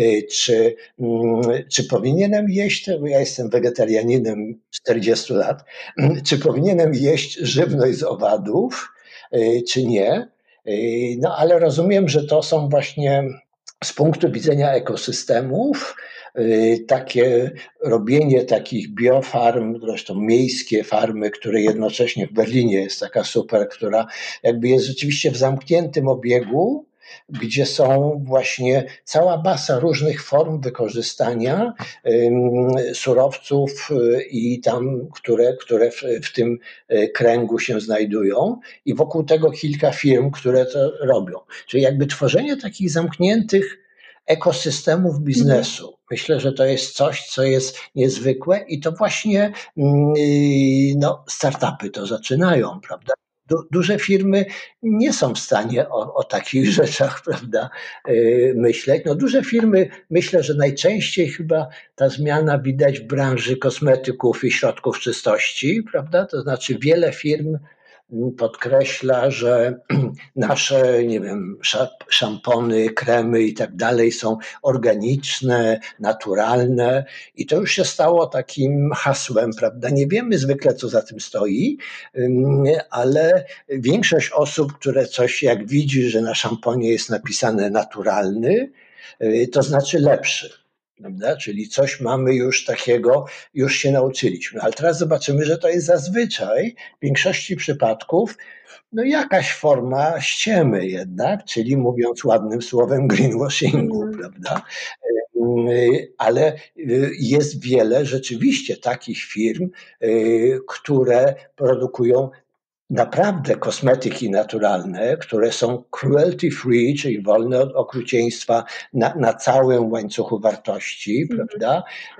czy powinienem jeść, bo ja jestem wegetarianinem 40 lat, czy powinienem jeść żywność z owadów, czy nie? No ale rozumiem, że to są właśnie z punktu widzenia ekosystemów, takie robienie takich biofarm, zresztą miejskie farmy, które jednocześnie w Berlinie jest taka super, która jakby jest rzeczywiście w zamkniętym obiegu, gdzie są właśnie cała masa różnych form wykorzystania surowców i tam, które w tym kręgu się znajdują i wokół tego kilka firm, które to robią. Czyli jakby tworzenie takich zamkniętych ekosystemów biznesu. Myślę, że to jest coś, co jest niezwykłe i to właśnie startupy to zaczynają, prawda? Duże firmy nie są w stanie o takich rzeczach, prawda, myśleć. Duże firmy, myślę, że najczęściej chyba ta zmiana widać w branży kosmetyków i środków czystości, prawda? To znaczy wiele firm podkreśla, że nasze, nie wiem, szampony, kremy i tak dalej są organiczne, naturalne i to już się stało takim hasłem, prawda? Nie wiemy zwykle, co za tym stoi, ale większość osób, które coś jak widzi, że na szamponie jest napisane naturalny, to znaczy lepszy. Prawda? Czyli coś mamy już takiego, już się nauczyliśmy. Ale teraz zobaczymy, że to jest zazwyczaj w większości przypadków jakaś forma ściemy jednak, czyli mówiąc ładnym słowem greenwashingu, prawda? Ale jest wiele rzeczywiście takich firm, które produkują naprawdę kosmetyki naturalne, które są cruelty free, czyli wolne od okrucieństwa na całym łańcuchu wartości, prawda?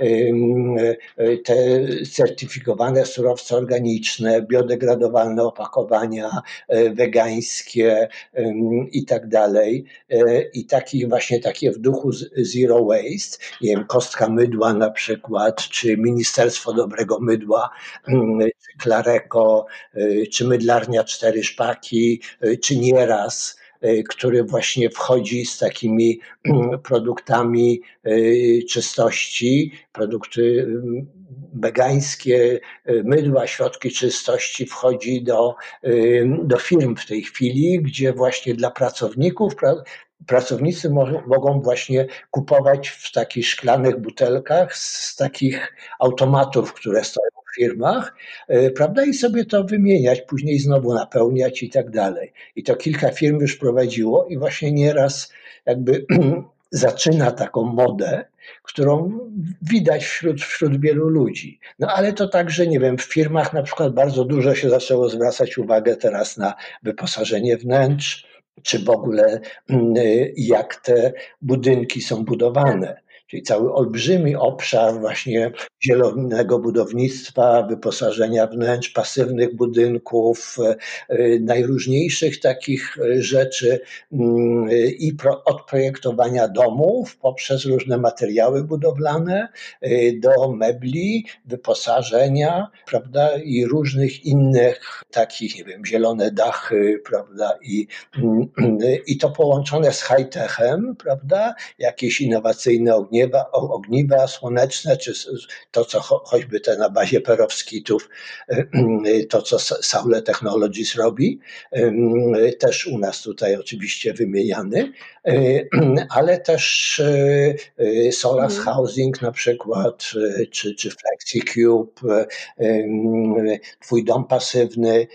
Te certyfikowane surowce organiczne, biodegradowalne opakowania, wegańskie i tak dalej. I takie w duchu zero waste, nie wiem, kostka mydła na przykład, czy Ministerstwo Dobrego Mydła, czy Clareko, czy mydlarnia Cztery Szpaki, czy Nieraz, który właśnie wchodzi z takimi produktami czystości, produkty wegańskie, mydła, środki czystości wchodzi do firm w tej chwili, gdzie właśnie dla pracowników pracownicy mogą właśnie kupować w takich szklanych butelkach z takich automatów, które stoją w firmach, prawda, i sobie to wymieniać, później znowu napełniać i tak dalej. I to kilka firm już prowadziło i właśnie nieraz jakby zaczyna taką modę, którą widać wśród wielu ludzi. No ale to także, nie wiem, w firmach na przykład bardzo dużo się zaczęło zwracać uwagę teraz na wyposażenie wnętrz, czy w ogóle jak te budynki są budowane. Czyli cały olbrzymi obszar właśnie zielonego budownictwa, wyposażenia wnętrz, pasywnych budynków, najróżniejszych takich rzeczy i od projektowania domów poprzez różne materiały budowlane do mebli, wyposażenia, prawda, i różnych innych takich, nie wiem, zielone dachy, prawda, i to połączone z high-techem, prawda, jakieś innowacyjne ogniwa słoneczne, czy to, co choćby te na bazie perowskitów, to, co Saule Technologies robi, też u nas tutaj oczywiście wymieniany, ale też Solas Housing na przykład, czy FlexiCube, Twój dom pasywny,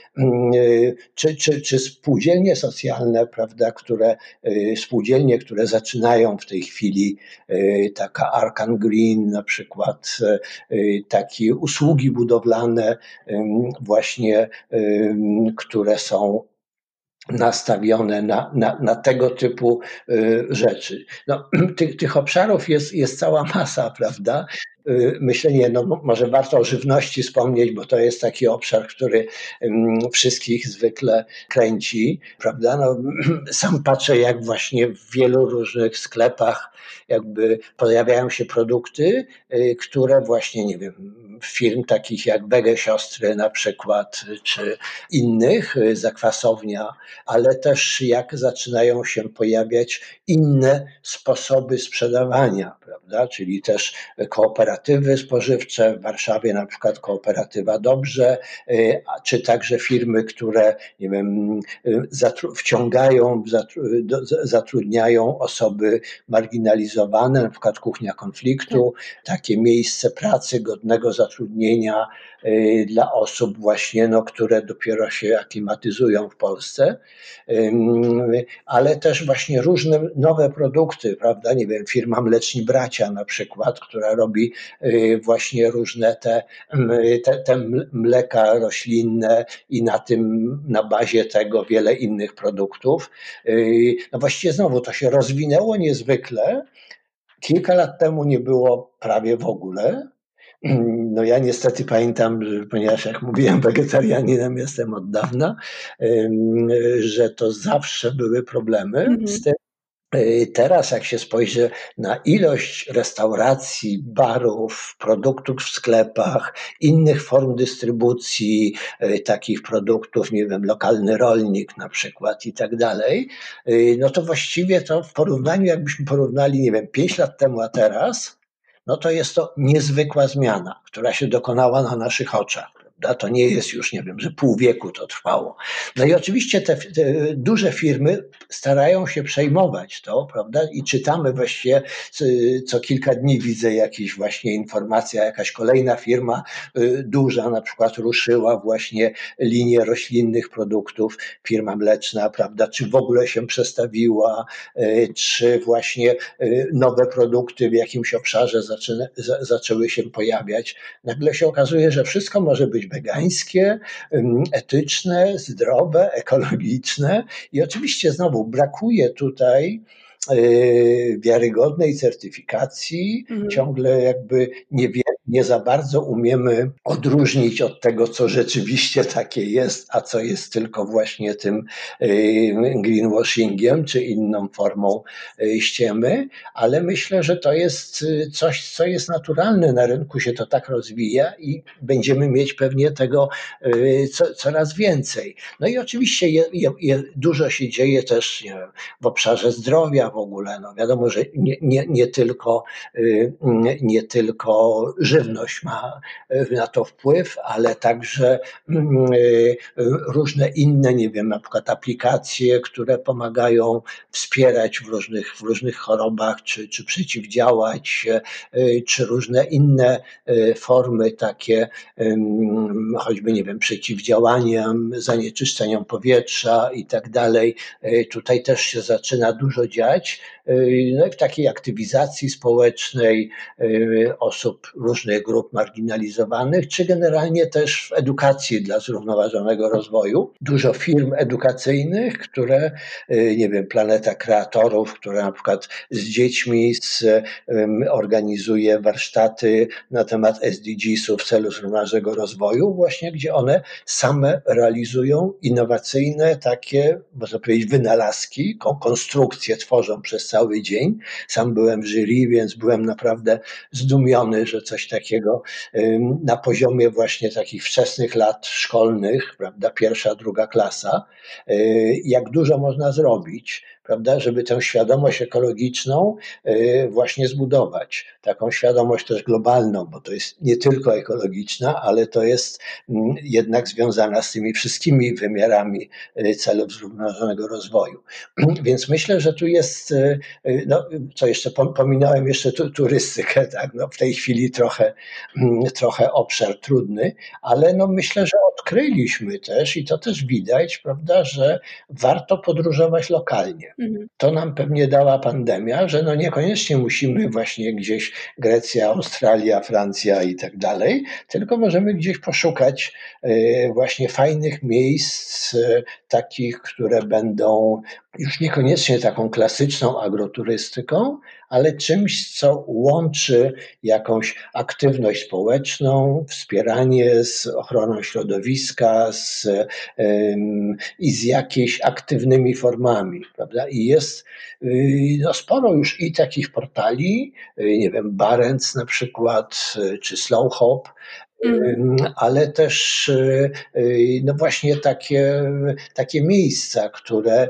czy spółdzielnie socjalne, prawda, spółdzielnie, które zaczynają w tej chwili, taka Arcan Green na przykład, takie usługi budowlane właśnie, które są nastawione na tego typu rzeczy. No, tych obszarów jest cała masa, prawda? Myślenie, no może warto o żywności wspomnieć, bo to jest taki obszar, który wszystkich zwykle kręci, prawda? No, sam patrzę, jak właśnie w wielu różnych sklepach jakby pojawiają się produkty, które właśnie, nie wiem, firm takich jak Wege Siostry na przykład, czy innych, Zakwasownia, ale też jak zaczynają się pojawiać inne sposoby sprzedawania, prawda? Czyli też kooperatywy spożywcze, w Warszawie na przykład kooperatywa Dobrze, czy także firmy, które, nie wiem, wciągają, zatrudniają osoby marginalizowane, na przykład Kuchnia Konfliktu, takie miejsce pracy godnego zatrudnienia dla osób właśnie, no, które dopiero się aklimatyzują w Polsce, ale też właśnie różne nowe produkty, prawda, nie wiem, firma Mleczni Bracia na przykład, która robi właśnie różne te mleka roślinne i na bazie tego wiele innych produktów. No właściwie znowu to się rozwinęło niezwykle. Kilka lat temu nie było prawie w ogóle. No ja niestety pamiętam, ponieważ jak mówiłem, wegetarianinem jestem od dawna, że to zawsze były problemy z tym. Teraz jak się spojrzy na ilość restauracji, barów, produktów w sklepach, innych form dystrybucji takich produktów, nie wiem, lokalny rolnik na przykład i tak dalej, no to właściwie to w porównaniu, jakbyśmy porównali, nie wiem, 5 lat temu a teraz, no to jest to niezwykła zmiana, która się dokonała na naszych oczach. To nie jest już, nie wiem, że pół wieku to trwało. No i oczywiście te duże firmy starają się przejmować to, prawda? I czytamy właściwie co kilka dni widzę jakieś właśnie informacja, jakaś kolejna firma duża na przykład ruszyła właśnie linię roślinnych produktów, firma mleczna, prawda? Czy w ogóle się przestawiła, czy właśnie nowe produkty w jakimś obszarze zaczęły się pojawiać. Nagle się okazuje, że wszystko może być wegańskie, etyczne, zdrowe, ekologiczne i oczywiście znowu brakuje tutaj wiarygodnej certyfikacji, ciągle jakby nie za bardzo umiemy odróżnić od tego, co rzeczywiście takie jest, a co jest tylko właśnie tym greenwashingiem, czy inną formą ściemy, ale myślę, że to jest coś, co jest naturalne, na rynku się to tak rozwija i będziemy mieć pewnie tego coraz więcej. No i oczywiście dużo się dzieje też, nie wiem, w obszarze zdrowia w ogóle. No wiadomo, że nie tylko żywność ma na to wpływ, ale także różne inne, nie wiem, na przykład aplikacje, które pomagają wspierać w różnych chorobach, czy przeciwdziałać, czy różne inne formy takie, choćby, nie wiem, przeciwdziałaniem zanieczyszczeniom powietrza i tak dalej. Tutaj też się zaczyna dużo dziać. No i w takiej aktywizacji społecznej osób różnych grup marginalizowanych, czy generalnie też w edukacji dla zrównoważonego rozwoju. Dużo firm edukacyjnych, które, nie wiem, Planeta Kreatorów, która na przykład z dziećmi organizuje warsztaty na temat SDG-sów, celu zrównoważonego rozwoju, właśnie gdzie one same realizują innowacyjne takie, można powiedzieć, wynalazki, konstrukcje tworzą przez cały dzień. Sam byłem w jury, więc byłem naprawdę zdumiony, że coś takiego na poziomie właśnie takich wczesnych lat szkolnych, prawda, 1., 2. klasa, jak dużo można zrobić, prawda, żeby tę świadomość ekologiczną właśnie zbudować. Taką świadomość też globalną, bo to jest nie tylko ekologiczna, ale to jest jednak związana z tymi wszystkimi wymiarami celów zrównoważonego rozwoju. Więc myślę, że tu jest, no co jeszcze, pominąłem jeszcze turystykę, tak, no w tej chwili trochę obszar trudny, ale no myślę, że odkryliśmy też i to też widać, prawda, że warto podróżować lokalnie. To nam pewnie dała pandemia, że no niekoniecznie musimy właśnie gdzieś Grecja, Australia, Francja i tak dalej, tylko możemy gdzieś poszukać właśnie fajnych miejsc, takich, które będą już niekoniecznie taką klasyczną agroturystyką, ale czymś, co łączy jakąś aktywność społeczną, wspieranie z ochroną środowiska i z jakimiś aktywnymi formami, prawda? I jest no, sporo już i takich portali, nie wiem, Barents na przykład, czy Slow Hop, ale też no właśnie takie miejsca, które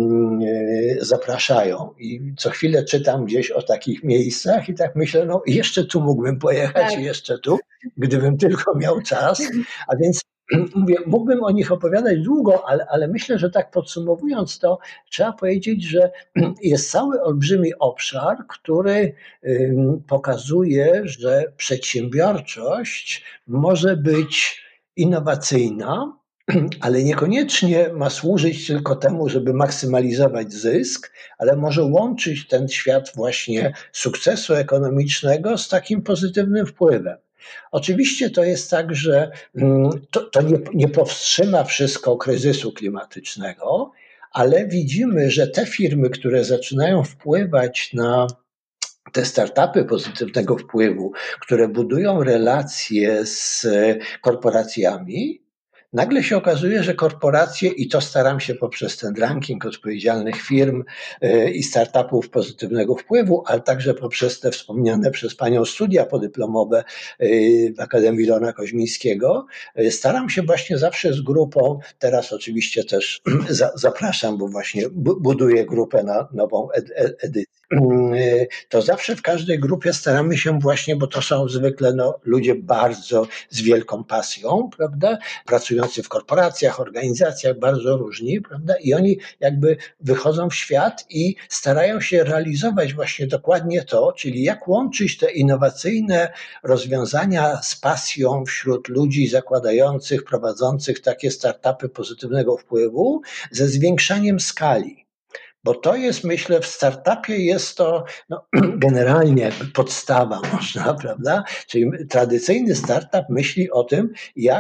zapraszają. I co chwilę czytam gdzieś o takich miejscach i tak myślę, no jeszcze tu mógłbym pojechać, jeszcze tu, gdybym tylko miał czas. A więc mówię, mógłbym o nich opowiadać długo, ale myślę, że tak podsumowując to, trzeba powiedzieć, że jest cały olbrzymi obszar, który pokazuje, że przedsiębiorczość może być innowacyjna, ale niekoniecznie ma służyć tylko temu, żeby maksymalizować zysk, ale może łączyć ten świat właśnie sukcesu ekonomicznego z takim pozytywnym wpływem. Oczywiście to jest tak, że to nie powstrzyma wszystko kryzysu klimatycznego, ale widzimy, że te firmy, które zaczynają wpływać na te startupy pozytywnego wpływu, które budują relacje z korporacjami, nagle się okazuje, że korporacje, i to staram się poprzez ten ranking odpowiedzialnych firm i startupów pozytywnego wpływu, ale także poprzez te wspomniane przez Panią studia podyplomowe w Akademii Leona Koźmińskiego, staram się właśnie zawsze z grupą, teraz oczywiście też zapraszam, bo właśnie buduję grupę na nową edycję, to zawsze w każdej grupie staramy się właśnie, bo to są zwykle ludzie bardzo z wielką pasją, prawda, pracujący w korporacjach, organizacjach, bardzo różni, prawda, i oni jakby wychodzą w świat i starają się realizować właśnie dokładnie to, czyli jak łączyć te innowacyjne rozwiązania z pasją wśród ludzi zakładających, prowadzących takie startupy pozytywnego wpływu ze zwiększaniem skali. Bo to jest, myślę, w startupie jest to generalnie jakby podstawa można, prawda? Czyli tradycyjny startup myśli o tym, jak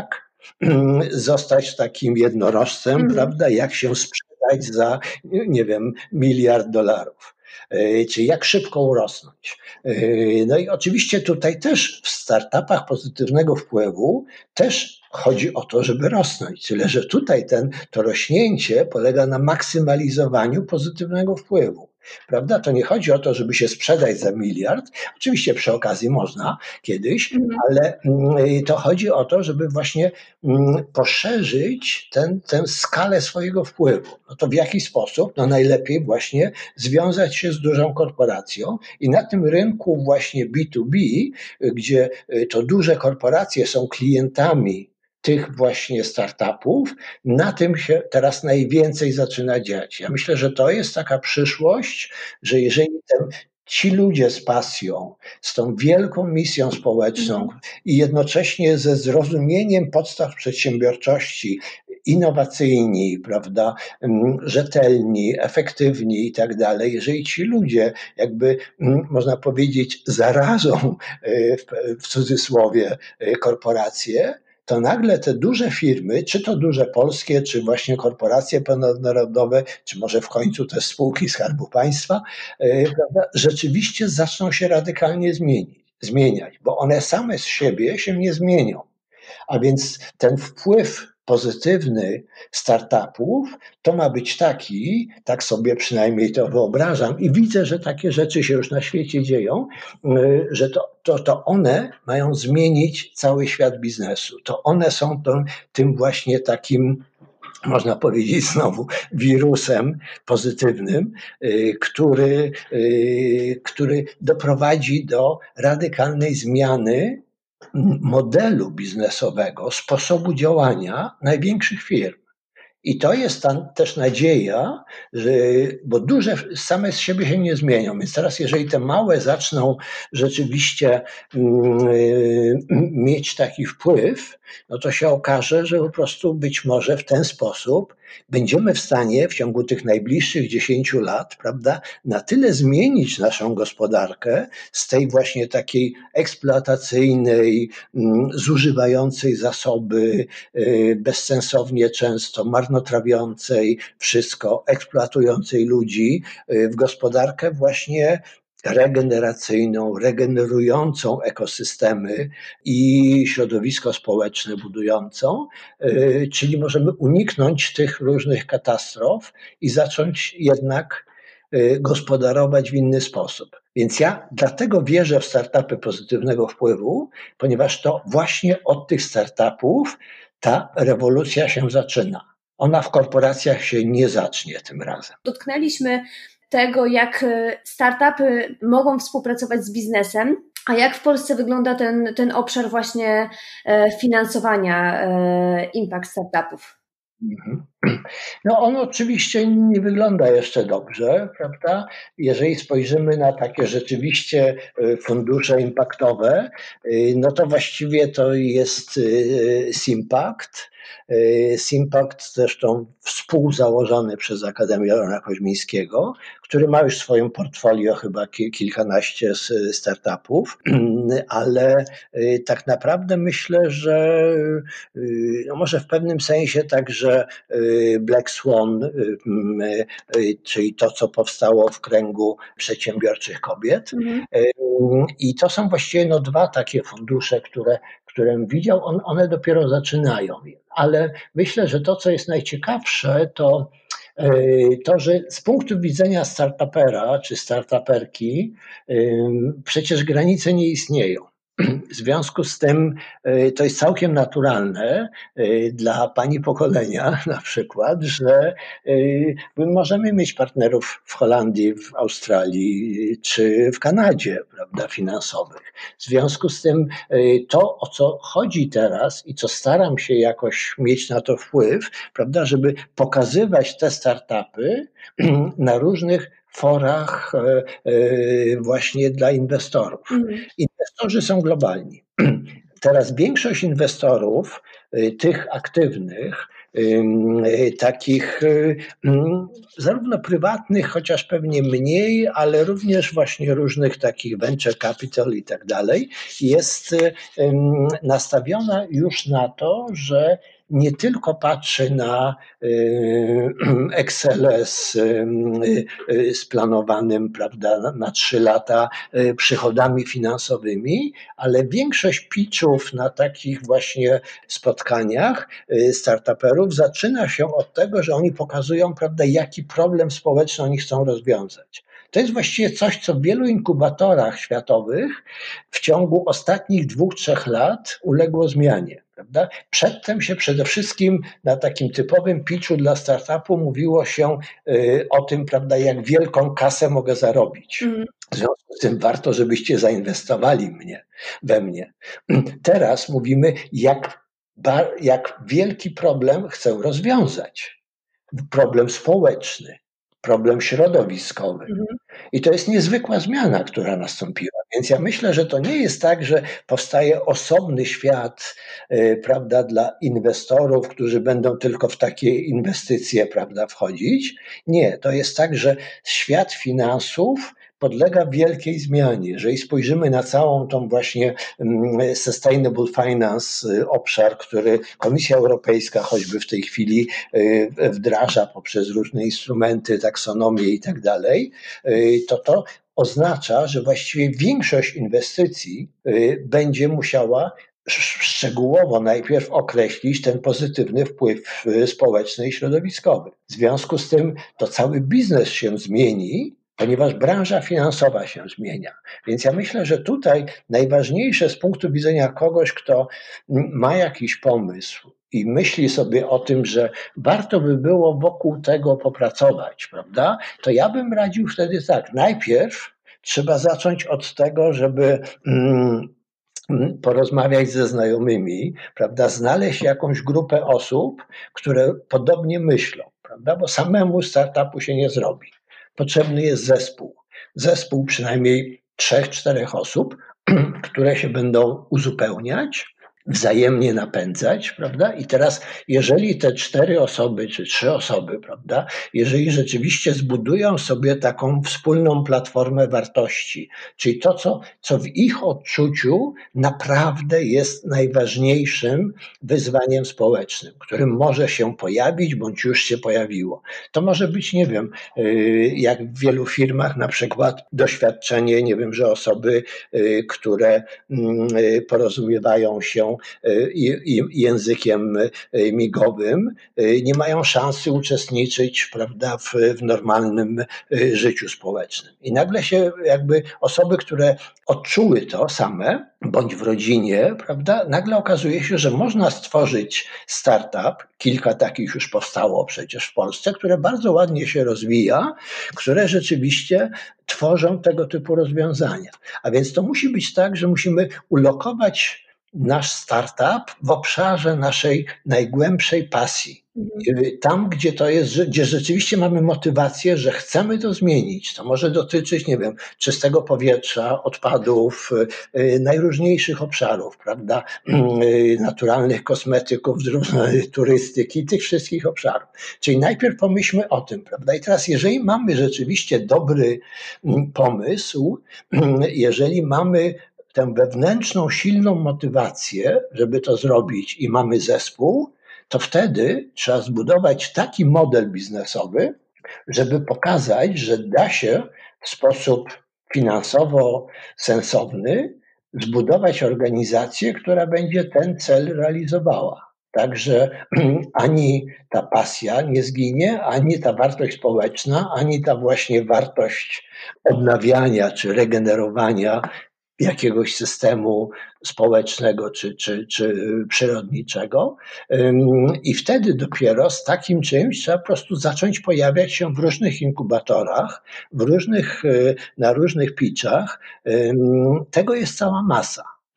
zostać takim jednorożcem, prawda, jak się sprzedać za, nie wiem, $1 miliard. Czyli jak szybko urosnąć. No i oczywiście tutaj też w startupach pozytywnego wpływu też chodzi o to, żeby rosnąć. Tyle, że tutaj to rośnięcie polega na maksymalizowaniu pozytywnego wpływu. Prawda? To nie chodzi o to, żeby się sprzedać za miliard. Oczywiście przy okazji można kiedyś, ale to chodzi o to, żeby właśnie poszerzyć tę skalę swojego wpływu. No to w jaki sposób? No najlepiej właśnie związać się z dużą korporacją i na tym rynku właśnie B2B, gdzie to duże korporacje są klientami tych właśnie startupów, na tym się teraz najwięcej zaczyna dziać. Ja myślę, że to jest taka przyszłość, że jeżeli ci ludzie z pasją, z tą wielką misją społeczną i jednocześnie ze zrozumieniem podstaw przedsiębiorczości, innowacyjni, prawda, rzetelni, efektywni i tak dalej, jeżeli ci ludzie jakby, można powiedzieć, zarażą w cudzysłowie korporacje, to nagle te duże firmy, czy to duże polskie, czy właśnie korporacje ponadnarodowe, czy może w końcu te spółki Skarbu Państwa, prawda, rzeczywiście zaczną się radykalnie zmieniać, bo one same z siebie się nie zmienią. A więc ten wpływ pozytywny startupów to ma być taki, tak sobie przynajmniej to wyobrażam i widzę, że takie rzeczy się już na świecie dzieją, że to one mają zmienić cały świat biznesu. To one są tym właśnie takim, można powiedzieć znowu, wirusem pozytywnym, który doprowadzi do radykalnej zmiany modelu biznesowego, sposobu działania największych firm. I to jest też nadzieja, bo duże same z siebie się nie zmienią. Więc teraz, jeżeli te małe zaczną rzeczywiście mieć taki wpływ, no to się okaże, że po prostu być może w ten sposób będziemy w stanie w ciągu tych najbliższych 10 lat, prawda, na tyle zmienić naszą gospodarkę z tej właśnie takiej eksploatacyjnej, zużywającej zasoby, bezsensownie często marnotrawiącej wszystko, eksploatującej ludzi, w gospodarkę właśnie regeneracyjną, regenerującą ekosystemy i środowisko społeczne budującą, czyli możemy uniknąć tych różnych katastrof i zacząć jednak gospodarować w inny sposób. Więc ja dlatego wierzę w startupy pozytywnego wpływu, ponieważ to właśnie od tych startupów ta rewolucja się zaczyna. Ona w korporacjach się nie zacznie tym razem. Dotknęliśmy tego, jak startupy mogą współpracować z biznesem, a jak w Polsce wygląda ten obszar właśnie finansowania impact startupów? No on oczywiście nie wygląda jeszcze dobrze, prawda? Jeżeli spojrzymy na takie rzeczywiście fundusze impaktowe, no to właściwie to jest Simpact. Simpact zresztą współzałożony przez Akademię Leona Koźmińskiego, który ma już w swoim portfolio chyba kilkanaście startupów, ale tak naprawdę myślę, że no może w pewnym sensie także Black Swan, czyli to, co powstało w kręgu przedsiębiorczych kobiet. I to są właściwie dwa takie fundusze, które widział, one dopiero zaczynają. Ale myślę, że to, co jest najciekawsze, to, że z punktu widzenia startupera czy startuperki przecież granice nie istnieją. W związku z tym to jest całkiem naturalne dla pani pokolenia na przykład, że możemy mieć partnerów w Holandii, w Australii czy w Kanadzie, prawda, finansowych. W związku z tym to, o co chodzi teraz i co staram się jakoś mieć na to wpływ, prawda, żeby pokazywać te startupy na różnych forach właśnie dla inwestorów. Inwestorzy są globalni. Teraz większość inwestorów, tych aktywnych, takich zarówno prywatnych, chociaż pewnie mniej, ale również właśnie różnych takich venture capital i tak dalej, jest nastawiona już na to, że nie tylko patrzy na Excel z planowanym, prawda, na 3 lata przychodami finansowymi, ale większość pitchów na takich właśnie spotkaniach startuperów zaczyna się od tego, że oni pokazują, prawda, jaki problem społeczny oni chcą rozwiązać. To jest właściwie coś, co w wielu inkubatorach światowych w ciągu ostatnich 2-3 lat uległo zmianie. Prawda? Przedtem się przede wszystkim na takim typowym pitchu dla startupu mówiło się o tym, prawda, jak wielką kasę mogę zarobić. W związku z tym warto, żebyście zainwestowali we mnie. Teraz mówimy, jak wielki problem chcę rozwiązać. Problem społeczny, problem środowiskowy. I to jest niezwykła zmiana, która nastąpiła. Więc ja myślę, że to nie jest tak, że powstaje osobny świat, prawda, dla inwestorów, którzy będą tylko w takie inwestycje, prawda, wchodzić. Nie, to jest tak, że świat finansów podlega wielkiej zmianie. Jeżeli spojrzymy na całą tą właśnie sustainable finance obszar, który Komisja Europejska choćby w tej chwili wdraża poprzez różne instrumenty, taksonomię i tak dalej, to oznacza, że właściwie większość inwestycji będzie musiała szczegółowo najpierw określić ten pozytywny wpływ społeczny i środowiskowy. W związku z tym to cały biznes się zmieni, ponieważ branża finansowa się zmienia. Więc ja myślę, że tutaj najważniejsze z punktu widzenia kogoś, kto ma jakiś pomysł i myśli sobie o tym, że warto by było wokół tego popracować, prawda? To ja bym radził wtedy tak, najpierw trzeba zacząć od tego, żeby porozmawiać ze znajomymi, prawda, znaleźć jakąś grupę osób, które podobnie myślą, prawda, bo samemu startupu się nie zrobi. Potrzebny jest zespół. Zespół przynajmniej 3-4 osób, które się będą uzupełniać, wzajemnie napędzać, prawda? I teraz, jeżeli te 4 osoby czy 3 osoby, prawda, jeżeli rzeczywiście zbudują sobie taką wspólną platformę wartości, czyli to, co w ich odczuciu naprawdę jest najważniejszym wyzwaniem społecznym, którym może się pojawić, bądź już się pojawiło. To może być, nie wiem, jak w wielu firmach na przykład doświadczenie, nie wiem, że osoby, które porozumiewają się językiem migowym, nie mają szansy uczestniczyć, prawda, w normalnym życiu społecznym. I nagle się jakby osoby, które odczuły to same, bądź w rodzinie, prawda, nagle okazuje się, że można stworzyć startup, kilka takich już powstało przecież w Polsce, które bardzo ładnie się rozwija, które rzeczywiście tworzą tego typu rozwiązania. A więc to musi być tak, że musimy ulokować nasz startup w obszarze naszej najgłębszej pasji. Tam, gdzie to jest, gdzie rzeczywiście mamy motywację, że chcemy to zmienić. To może dotyczyć, nie wiem, czystego powietrza, odpadów, najróżniejszych obszarów, prawda, naturalnych kosmetyków, turystyki, tych wszystkich obszarów. Czyli najpierw pomyślmy o tym, prawda. I teraz, jeżeli mamy rzeczywiście dobry pomysł, jeżeli mamy tę wewnętrzną, silną motywację, żeby to zrobić i mamy zespół, to wtedy trzeba zbudować taki model biznesowy, żeby pokazać, że da się w sposób finansowo sensowny zbudować organizację, która będzie ten cel realizowała. Także ani ta pasja nie zginie, ani ta wartość społeczna, ani ta właśnie wartość odnawiania czy regenerowania jakiegoś systemu społecznego czy przyrodniczego. I wtedy dopiero z takim czymś trzeba po prostu zacząć pojawiać się w różnych inkubatorach, na różnych pitchach. Tego jest cała masa.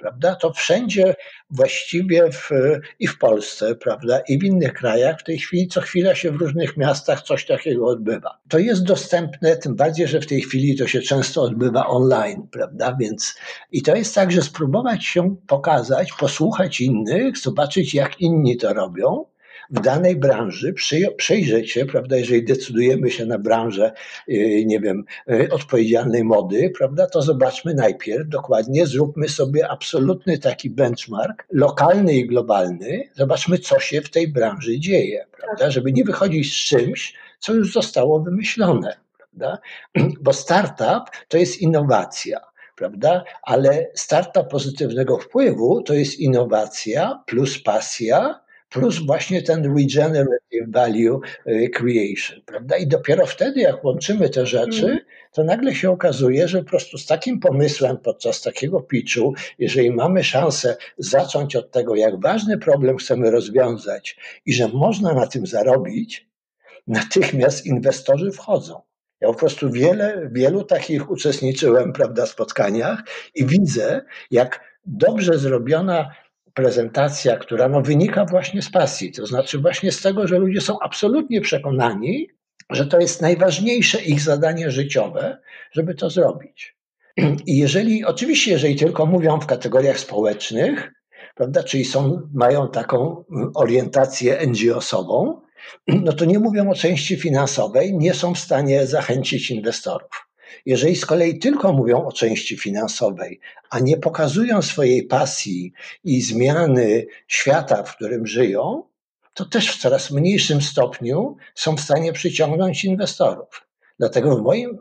prawda? To wszędzie właściwie i w Polsce, prawda, i w innych krajach w tej chwili co chwila się w różnych miastach coś takiego odbywa. To jest dostępne, tym bardziej, że w tej chwili to się często odbywa online, prawda, więc i to jest tak, że spróbować się pokazać, posłuchać innych, zobaczyć jak inni to robią, w danej branży, przyjrzeć się, prawda, jeżeli decydujemy się na branżę, nie wiem, odpowiedzialnej mody, prawda, to zobaczmy najpierw dokładnie, zróbmy sobie absolutny taki benchmark, lokalny i globalny, zobaczmy, co się w tej branży dzieje, prawda, żeby nie wychodzić z czymś, co już zostało wymyślone, prawda, bo startup to jest innowacja, prawda, ale startup pozytywnego wpływu to jest innowacja plus pasja, plus właśnie ten regenerative value creation, prawda? I dopiero wtedy, jak łączymy te rzeczy, to nagle się okazuje, że po prostu z takim pomysłem podczas takiego pitchu, jeżeli mamy szansę zacząć od tego, jak ważny problem chcemy rozwiązać i że można na tym zarobić, natychmiast inwestorzy wchodzą. Ja po prostu wielu takich uczestniczyłem, prawda, spotkaniach i widzę, jak dobrze zrobiona prezentacja, która wynika właśnie z pasji, to znaczy właśnie z tego, że ludzie są absolutnie przekonani, że to jest najważniejsze ich zadanie życiowe, żeby to zrobić. I oczywiście, jeżeli tylko mówią w kategoriach społecznych, prawda, czyli mają taką orientację NGO-sową, no to nie mówią o części finansowej, nie są w stanie zachęcić inwestorów. Jeżeli z kolei tylko mówią o części finansowej, a nie pokazują swojej pasji i zmiany świata, w którym żyją, to też w coraz mniejszym stopniu są w stanie przyciągnąć inwestorów. Dlatego w moim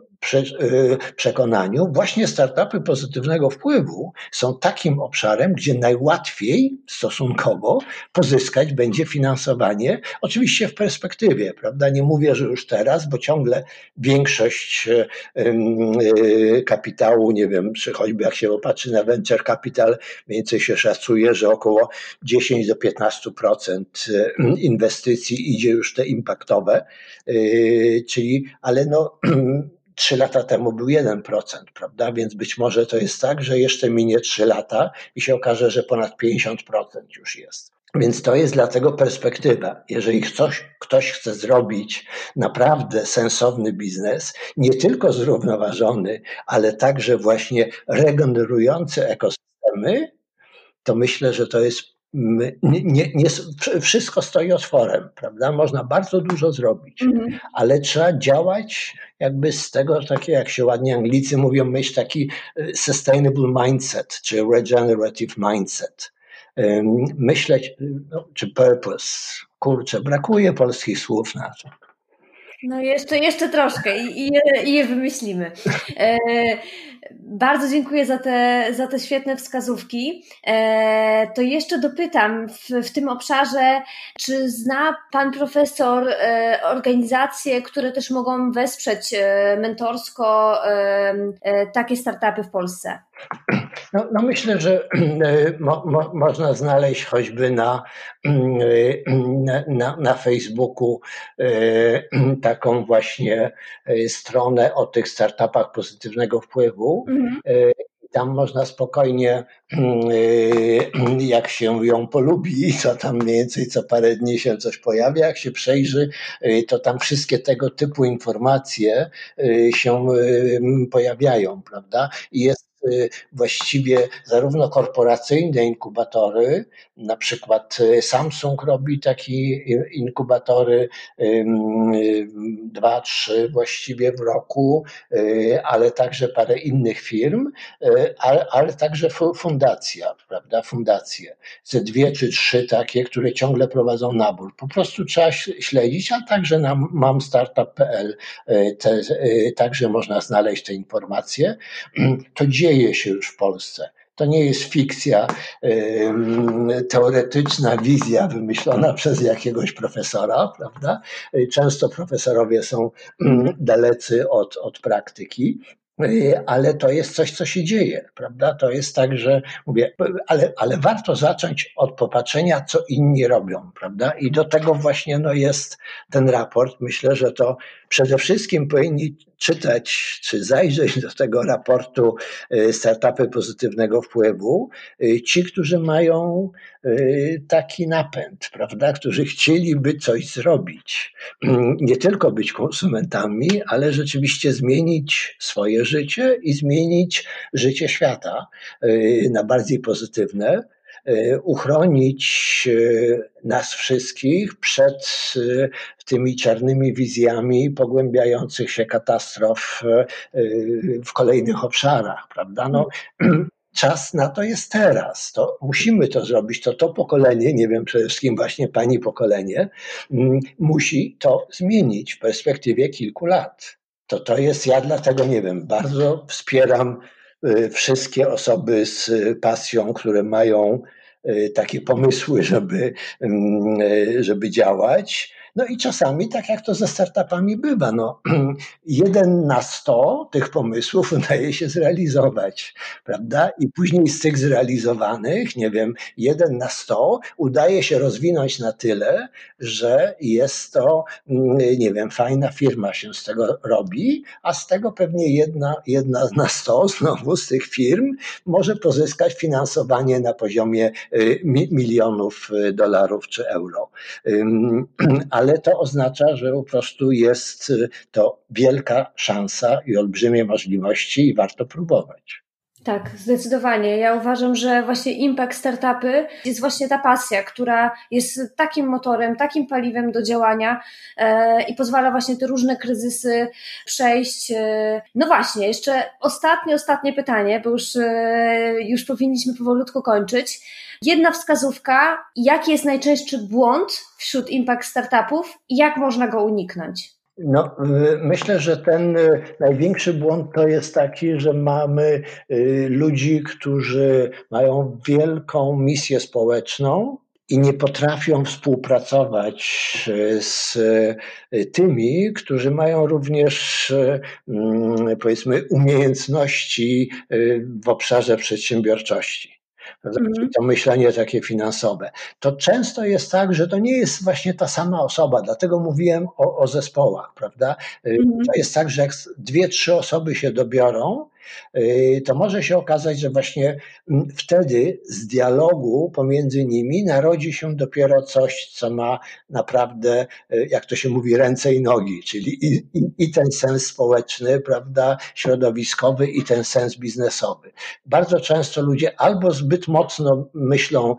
przekonaniu właśnie startupy pozytywnego wpływu są takim obszarem, gdzie najłatwiej stosunkowo pozyskać będzie finansowanie, oczywiście w perspektywie, prawda? Nie mówię, że już teraz, bo ciągle większość kapitału, nie wiem, czy choćby jak się popatrzy na venture capital, mniej więcej się szacuje, że około 10-15% inwestycji idzie już te impaktowe, czyli, ale 3 lata temu był 1%, prawda? Więc być może to jest tak, że jeszcze minie 3 lata i się okaże, że ponad 50% już jest. Więc to jest dlatego perspektywa. Jeżeli ktoś chce zrobić naprawdę sensowny biznes, nie tylko zrównoważony, ale także właśnie regenerujący ekosystemy, to myślę, że to jest wszystko stoi otworem, prawda? Można bardzo dużo zrobić, ale trzeba działać jakby z tego, takie jak się ładnie Anglicy mówią, mieć taki sustainable mindset, czy regenerative mindset. Myśleć, czy purpose. Kurczę, brakuje polskich słów na to. No jeszcze troszkę i je wymyślimy. Bardzo dziękuję za te świetne wskazówki. To jeszcze dopytam w tym obszarze, czy zna Pan Profesor organizacje, które też mogą wesprzeć mentorsko takie startupy w Polsce? No myślę, że można znaleźć choćby na Facebooku taką właśnie stronę o tych startupach pozytywnego wpływu. Tam można spokojnie, jak się ją polubi, to tam mniej więcej co parę dni się coś pojawia, jak się przejrzy, to tam wszystkie tego typu informacje się pojawiają, prawda? I jest właściwie zarówno korporacyjne inkubatory, na przykład Samsung robi takie inkubatory 2-3 właściwie w roku, ale także parę innych firm, ale także fundacja, prawda, fundacje, ze 2 czy 3 takie, które ciągle prowadzą nabór. Po prostu trzeba śledzić, a także na mamstartup.pl także można znaleźć te informacje. To dzieje się już w Polsce. To nie jest fikcja, teoretyczna wizja wymyślona przez jakiegoś profesora, prawda? Często profesorowie są dalecy od praktyki, ale to jest coś, co się dzieje, prawda? To jest tak, że mówię, ale warto zacząć od popatrzenia, co inni robią, prawda? I do tego właśnie jest ten raport. Myślę, że to przede wszystkim powinni czytać czy zajrzeć do tego raportu Startupy Pozytywnego Wpływu ci, którzy mają taki napęd, prawda, którzy chcieliby coś zrobić. Nie tylko być konsumentami, ale rzeczywiście zmienić swoje życie i zmienić życie świata na bardziej pozytywne, uchronić nas wszystkich przed tymi czarnymi wizjami pogłębiających się katastrof w kolejnych obszarach, prawda? No, czas na to jest teraz. To musimy to zrobić. To pokolenie, nie wiem, przede wszystkim właśnie pani pokolenie, musi to zmienić w perspektywie kilku lat. To jest, ja dlatego, nie wiem, bardzo wspieram wszystkie osoby z pasją, które mają takie pomysły, żeby działać. No i czasami, tak jak to ze startupami bywa, 1 na 100 tych pomysłów udaje się zrealizować, prawda? I później z tych zrealizowanych, nie wiem, 1 na 100 udaje się rozwinąć na tyle, że jest to, nie wiem, fajna firma się z tego robi, a z tego pewnie jedna na 100 znowu z tych firm może pozyskać finansowanie na poziomie milionów dolarów czy euro. Ale to oznacza, że po prostu jest to wielka szansa i olbrzymie możliwości i warto próbować. Tak, zdecydowanie. Ja uważam, że właśnie Impact Startupy jest właśnie ta pasja, która jest takim motorem, takim paliwem do działania i pozwala właśnie te różne kryzysy przejść. No właśnie, jeszcze ostatnie pytanie, bo już powinniśmy powolutku kończyć. Jedna wskazówka, jaki jest najczęstszy błąd wśród Impact Startupów i jak można go uniknąć? No, myślę, że ten największy błąd to jest taki, że mamy ludzi, którzy mają wielką misję społeczną i nie potrafią współpracować z tymi, którzy mają również, powiedzmy, umiejętności w obszarze przedsiębiorczości. Czyli to myślenie takie finansowe. To często jest tak, że to nie jest właśnie ta sama osoba, dlatego mówiłem o zespołach, prawda? To jest tak, że jak 2-3 osoby się dobiorą, to może się okazać, że właśnie wtedy z dialogu pomiędzy nimi narodzi się dopiero coś, co ma naprawdę, jak to się mówi, ręce i nogi, czyli i ten sens społeczny, prawda, środowiskowy i ten sens biznesowy. Bardzo często ludzie albo zbyt mocno myślą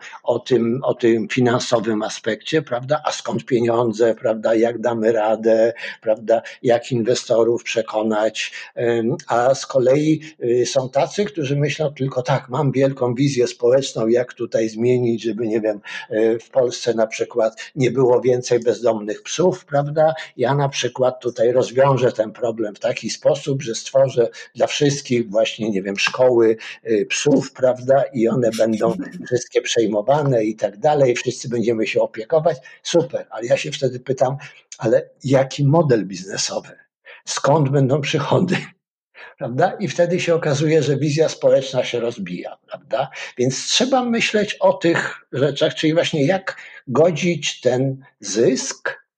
o tym finansowym aspekcie, prawda, a skąd pieniądze, prawda, jak damy radę, prawda, jak inwestorów przekonać, a z kolei są tacy, którzy myślą tylko tak, mam wielką wizję społeczną, jak tutaj zmienić, żeby, nie wiem, w Polsce na przykład nie było więcej bezdomnych psów, prawda? Ja na przykład tutaj rozwiążę ten problem w taki sposób, że stworzę dla wszystkich właśnie, nie wiem, szkoły psów, prawda? I one będą wszystkie przejmowane i tak dalej, wszyscy będziemy się opiekować. Super, ale ja się wtedy pytam, ale jaki model biznesowy? Skąd będą przychody? Prawda? I wtedy się okazuje, że wizja społeczna się rozbija, prawda? Więc trzeba myśleć o tych rzeczach, czyli właśnie jak godzić ten zysk,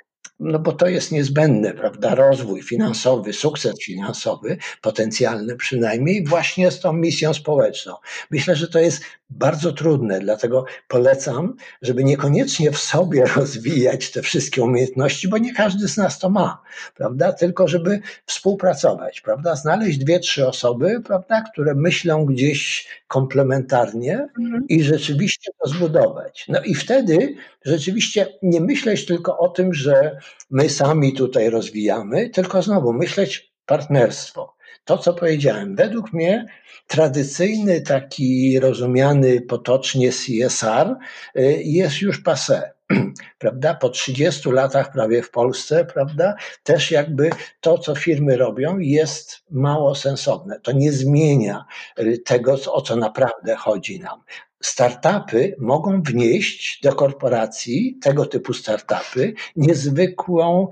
no bo to jest niezbędne, prawda? Rozwój finansowy, sukces finansowy, potencjalny przynajmniej, właśnie z tą misją społeczną. Myślę, że to jest bardzo trudne, dlatego polecam, żeby niekoniecznie w sobie rozwijać te wszystkie umiejętności, bo nie każdy z nas to ma, prawda? Tylko żeby współpracować, prawda? Znaleźć 2-3 osoby, prawda, które myślą gdzieś komplementarnie i rzeczywiście to zbudować. No i wtedy rzeczywiście nie myśleć tylko o tym, że my sami tutaj rozwijamy, tylko znowu myśleć partnerstwo. To, co powiedziałem, według mnie tradycyjny, taki rozumiany potocznie CSR jest już passé. Prawda? Po 30 latach prawie w Polsce, prawda? Też jakby to, co firmy robią, jest mało sensowne. To nie zmienia tego, o co naprawdę chodzi nam. Startupy mogą wnieść do korporacji, tego typu startupy, niezwykłą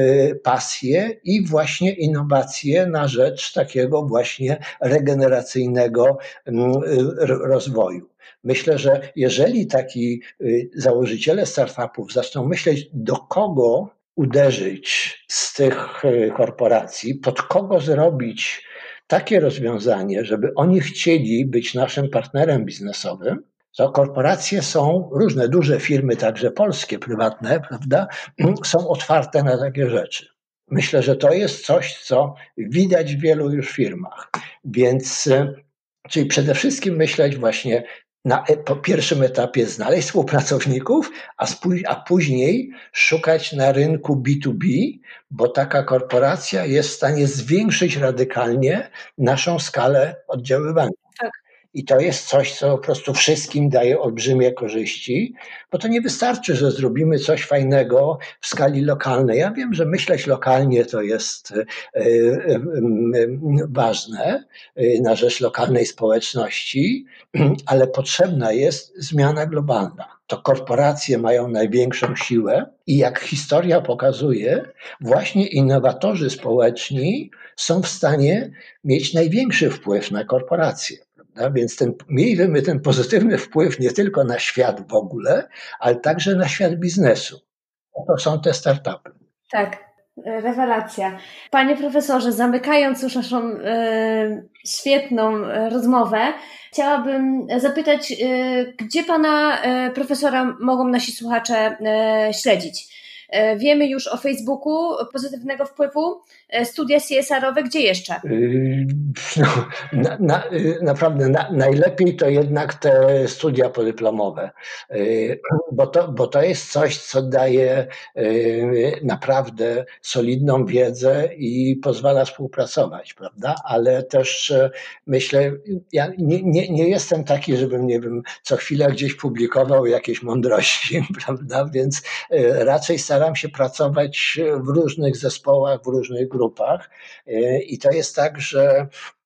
pasję i właśnie innowacje na rzecz takiego właśnie regeneracyjnego rozwoju. Myślę, że jeżeli taki założyciele startupów zaczną myśleć, do kogo uderzyć z tych korporacji, pod kogo zrobić takie rozwiązanie, żeby oni chcieli być naszym partnerem biznesowym, to korporacje są różne, duże firmy, także polskie, prywatne, prawda, są otwarte na takie rzeczy. Myślę, że to jest coś, co widać w wielu już firmach. Więc, czyli przede wszystkim myśleć właśnie po pierwszym etapie znaleźć współpracowników, a później szukać na rynku B2B, bo taka korporacja jest w stanie zwiększyć radykalnie naszą skalę oddziaływania. Tak. I to jest coś, co po prostu wszystkim daje olbrzymie korzyści, bo to nie wystarczy, że zrobimy coś fajnego w skali lokalnej. Ja wiem, że myśleć lokalnie to jest ważne na rzecz lokalnej społeczności, ale potrzebna jest zmiana globalna. To korporacje mają największą siłę i jak historia pokazuje, właśnie innowatorzy społeczni są w stanie mieć największy wpływ na korporacje. Więc miejmy ten pozytywny wpływ nie tylko na świat w ogóle, ale także na świat biznesu. To są te startupy. Tak, rewelacja. Panie profesorze, zamykając już naszą świetną rozmowę, chciałabym zapytać, gdzie pana profesora mogą nasi słuchacze śledzić? Wiemy już o Facebooku pozytywnego wpływu, studia CSR-owe, gdzie jeszcze? Naprawdę najlepiej to jednak te studia podyplomowe, bo to jest coś, co daje naprawdę solidną wiedzę i pozwala współpracować, prawda? Ale też myślę, ja nie jestem taki, żebym, nie wiem, co chwilę gdzieś publikował jakieś mądrości, prawda? Więc raczej staram się pracować w różnych zespołach, w różnych grupach i to jest tak, że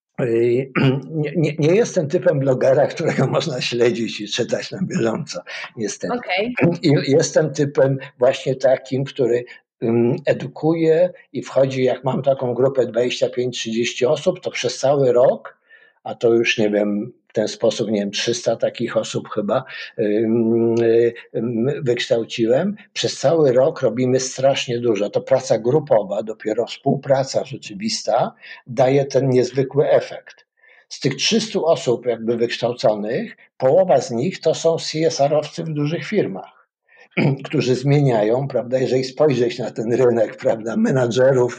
nie jestem typem blogera, którego można śledzić i czytać na bieżąco, niestety. Okay. Jestem typem właśnie takim, który edukuje i wchodzi, jak mam taką grupę 25-30 osób, to przez cały rok, a to już nie wiem, w ten sposób, nie wiem, 300 takich osób chyba wykształciłem. Przez cały rok robimy strasznie dużo. To praca grupowa, dopiero współpraca rzeczywista daje ten niezwykły efekt. Z tych 300 osób jakby wykształconych, połowa z nich to są CSR-owcy w dużych firmach, którzy zmieniają, prawda, jeżeli spojrzeć na ten rynek, prawda, menadżerów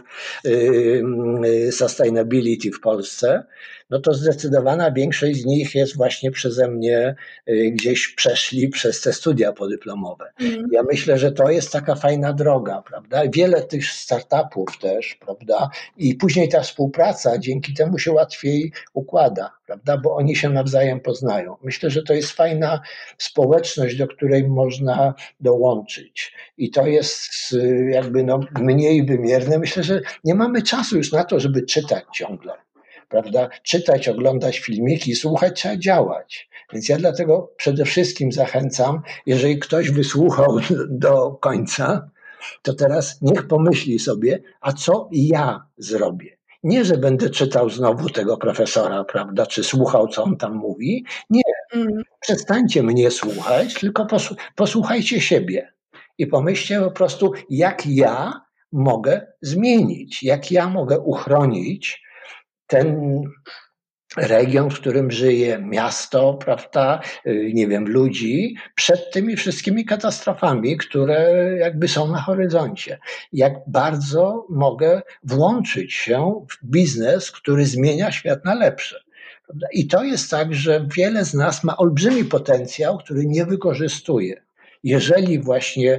sustainability w Polsce, no to zdecydowana większość z nich jest właśnie przeze mnie gdzieś przeszli przez te studia podyplomowe. Ja myślę, że to jest taka fajna droga, prawda, wiele tych startupów też, prawda, i później ta współpraca dzięki temu się łatwiej układa, prawda, bo oni się nawzajem poznają. Myślę, że to jest fajna społeczność, do której można dołączyć. I to jest jakby mniej wymierne. Myślę, że nie mamy czasu już na to, żeby czytać ciągle, prawda? Czytać, oglądać filmiki, słuchać, trzeba działać. Więc ja dlatego przede wszystkim zachęcam, jeżeli ktoś wysłuchał do końca, to teraz niech pomyśli sobie, a co ja zrobię? Nie, że będę czytał znowu tego profesora, prawda, czy słuchał, co on tam mówi. Nie, przestańcie mnie słuchać, tylko posłuchajcie siebie i pomyślcie po prostu, jak ja mogę zmienić, jak ja mogę uchronić ten region, w którym żyję, miasto, prawda, nie wiem, ludzi, przed tymi wszystkimi katastrofami, które jakby są na horyzoncie. Jak bardzo mogę włączyć się w biznes, który zmienia świat na lepsze. I to jest tak, że wiele z nas ma olbrzymi potencjał, który nie wykorzystuje. Jeżeli właśnie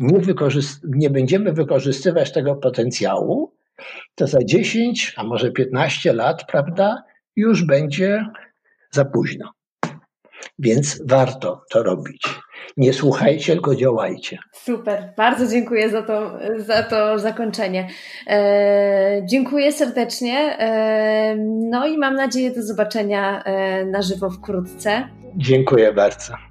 nie będziemy wykorzystywać tego potencjału, to za 10, a może 15 lat, prawda, już będzie za późno. Więc warto to robić. Nie słuchajcie, tylko działajcie. Super, bardzo dziękuję za to zakończenie. Dziękuję serdecznie. No i mam nadzieję do zobaczenia na żywo wkrótce. Dziękuję bardzo.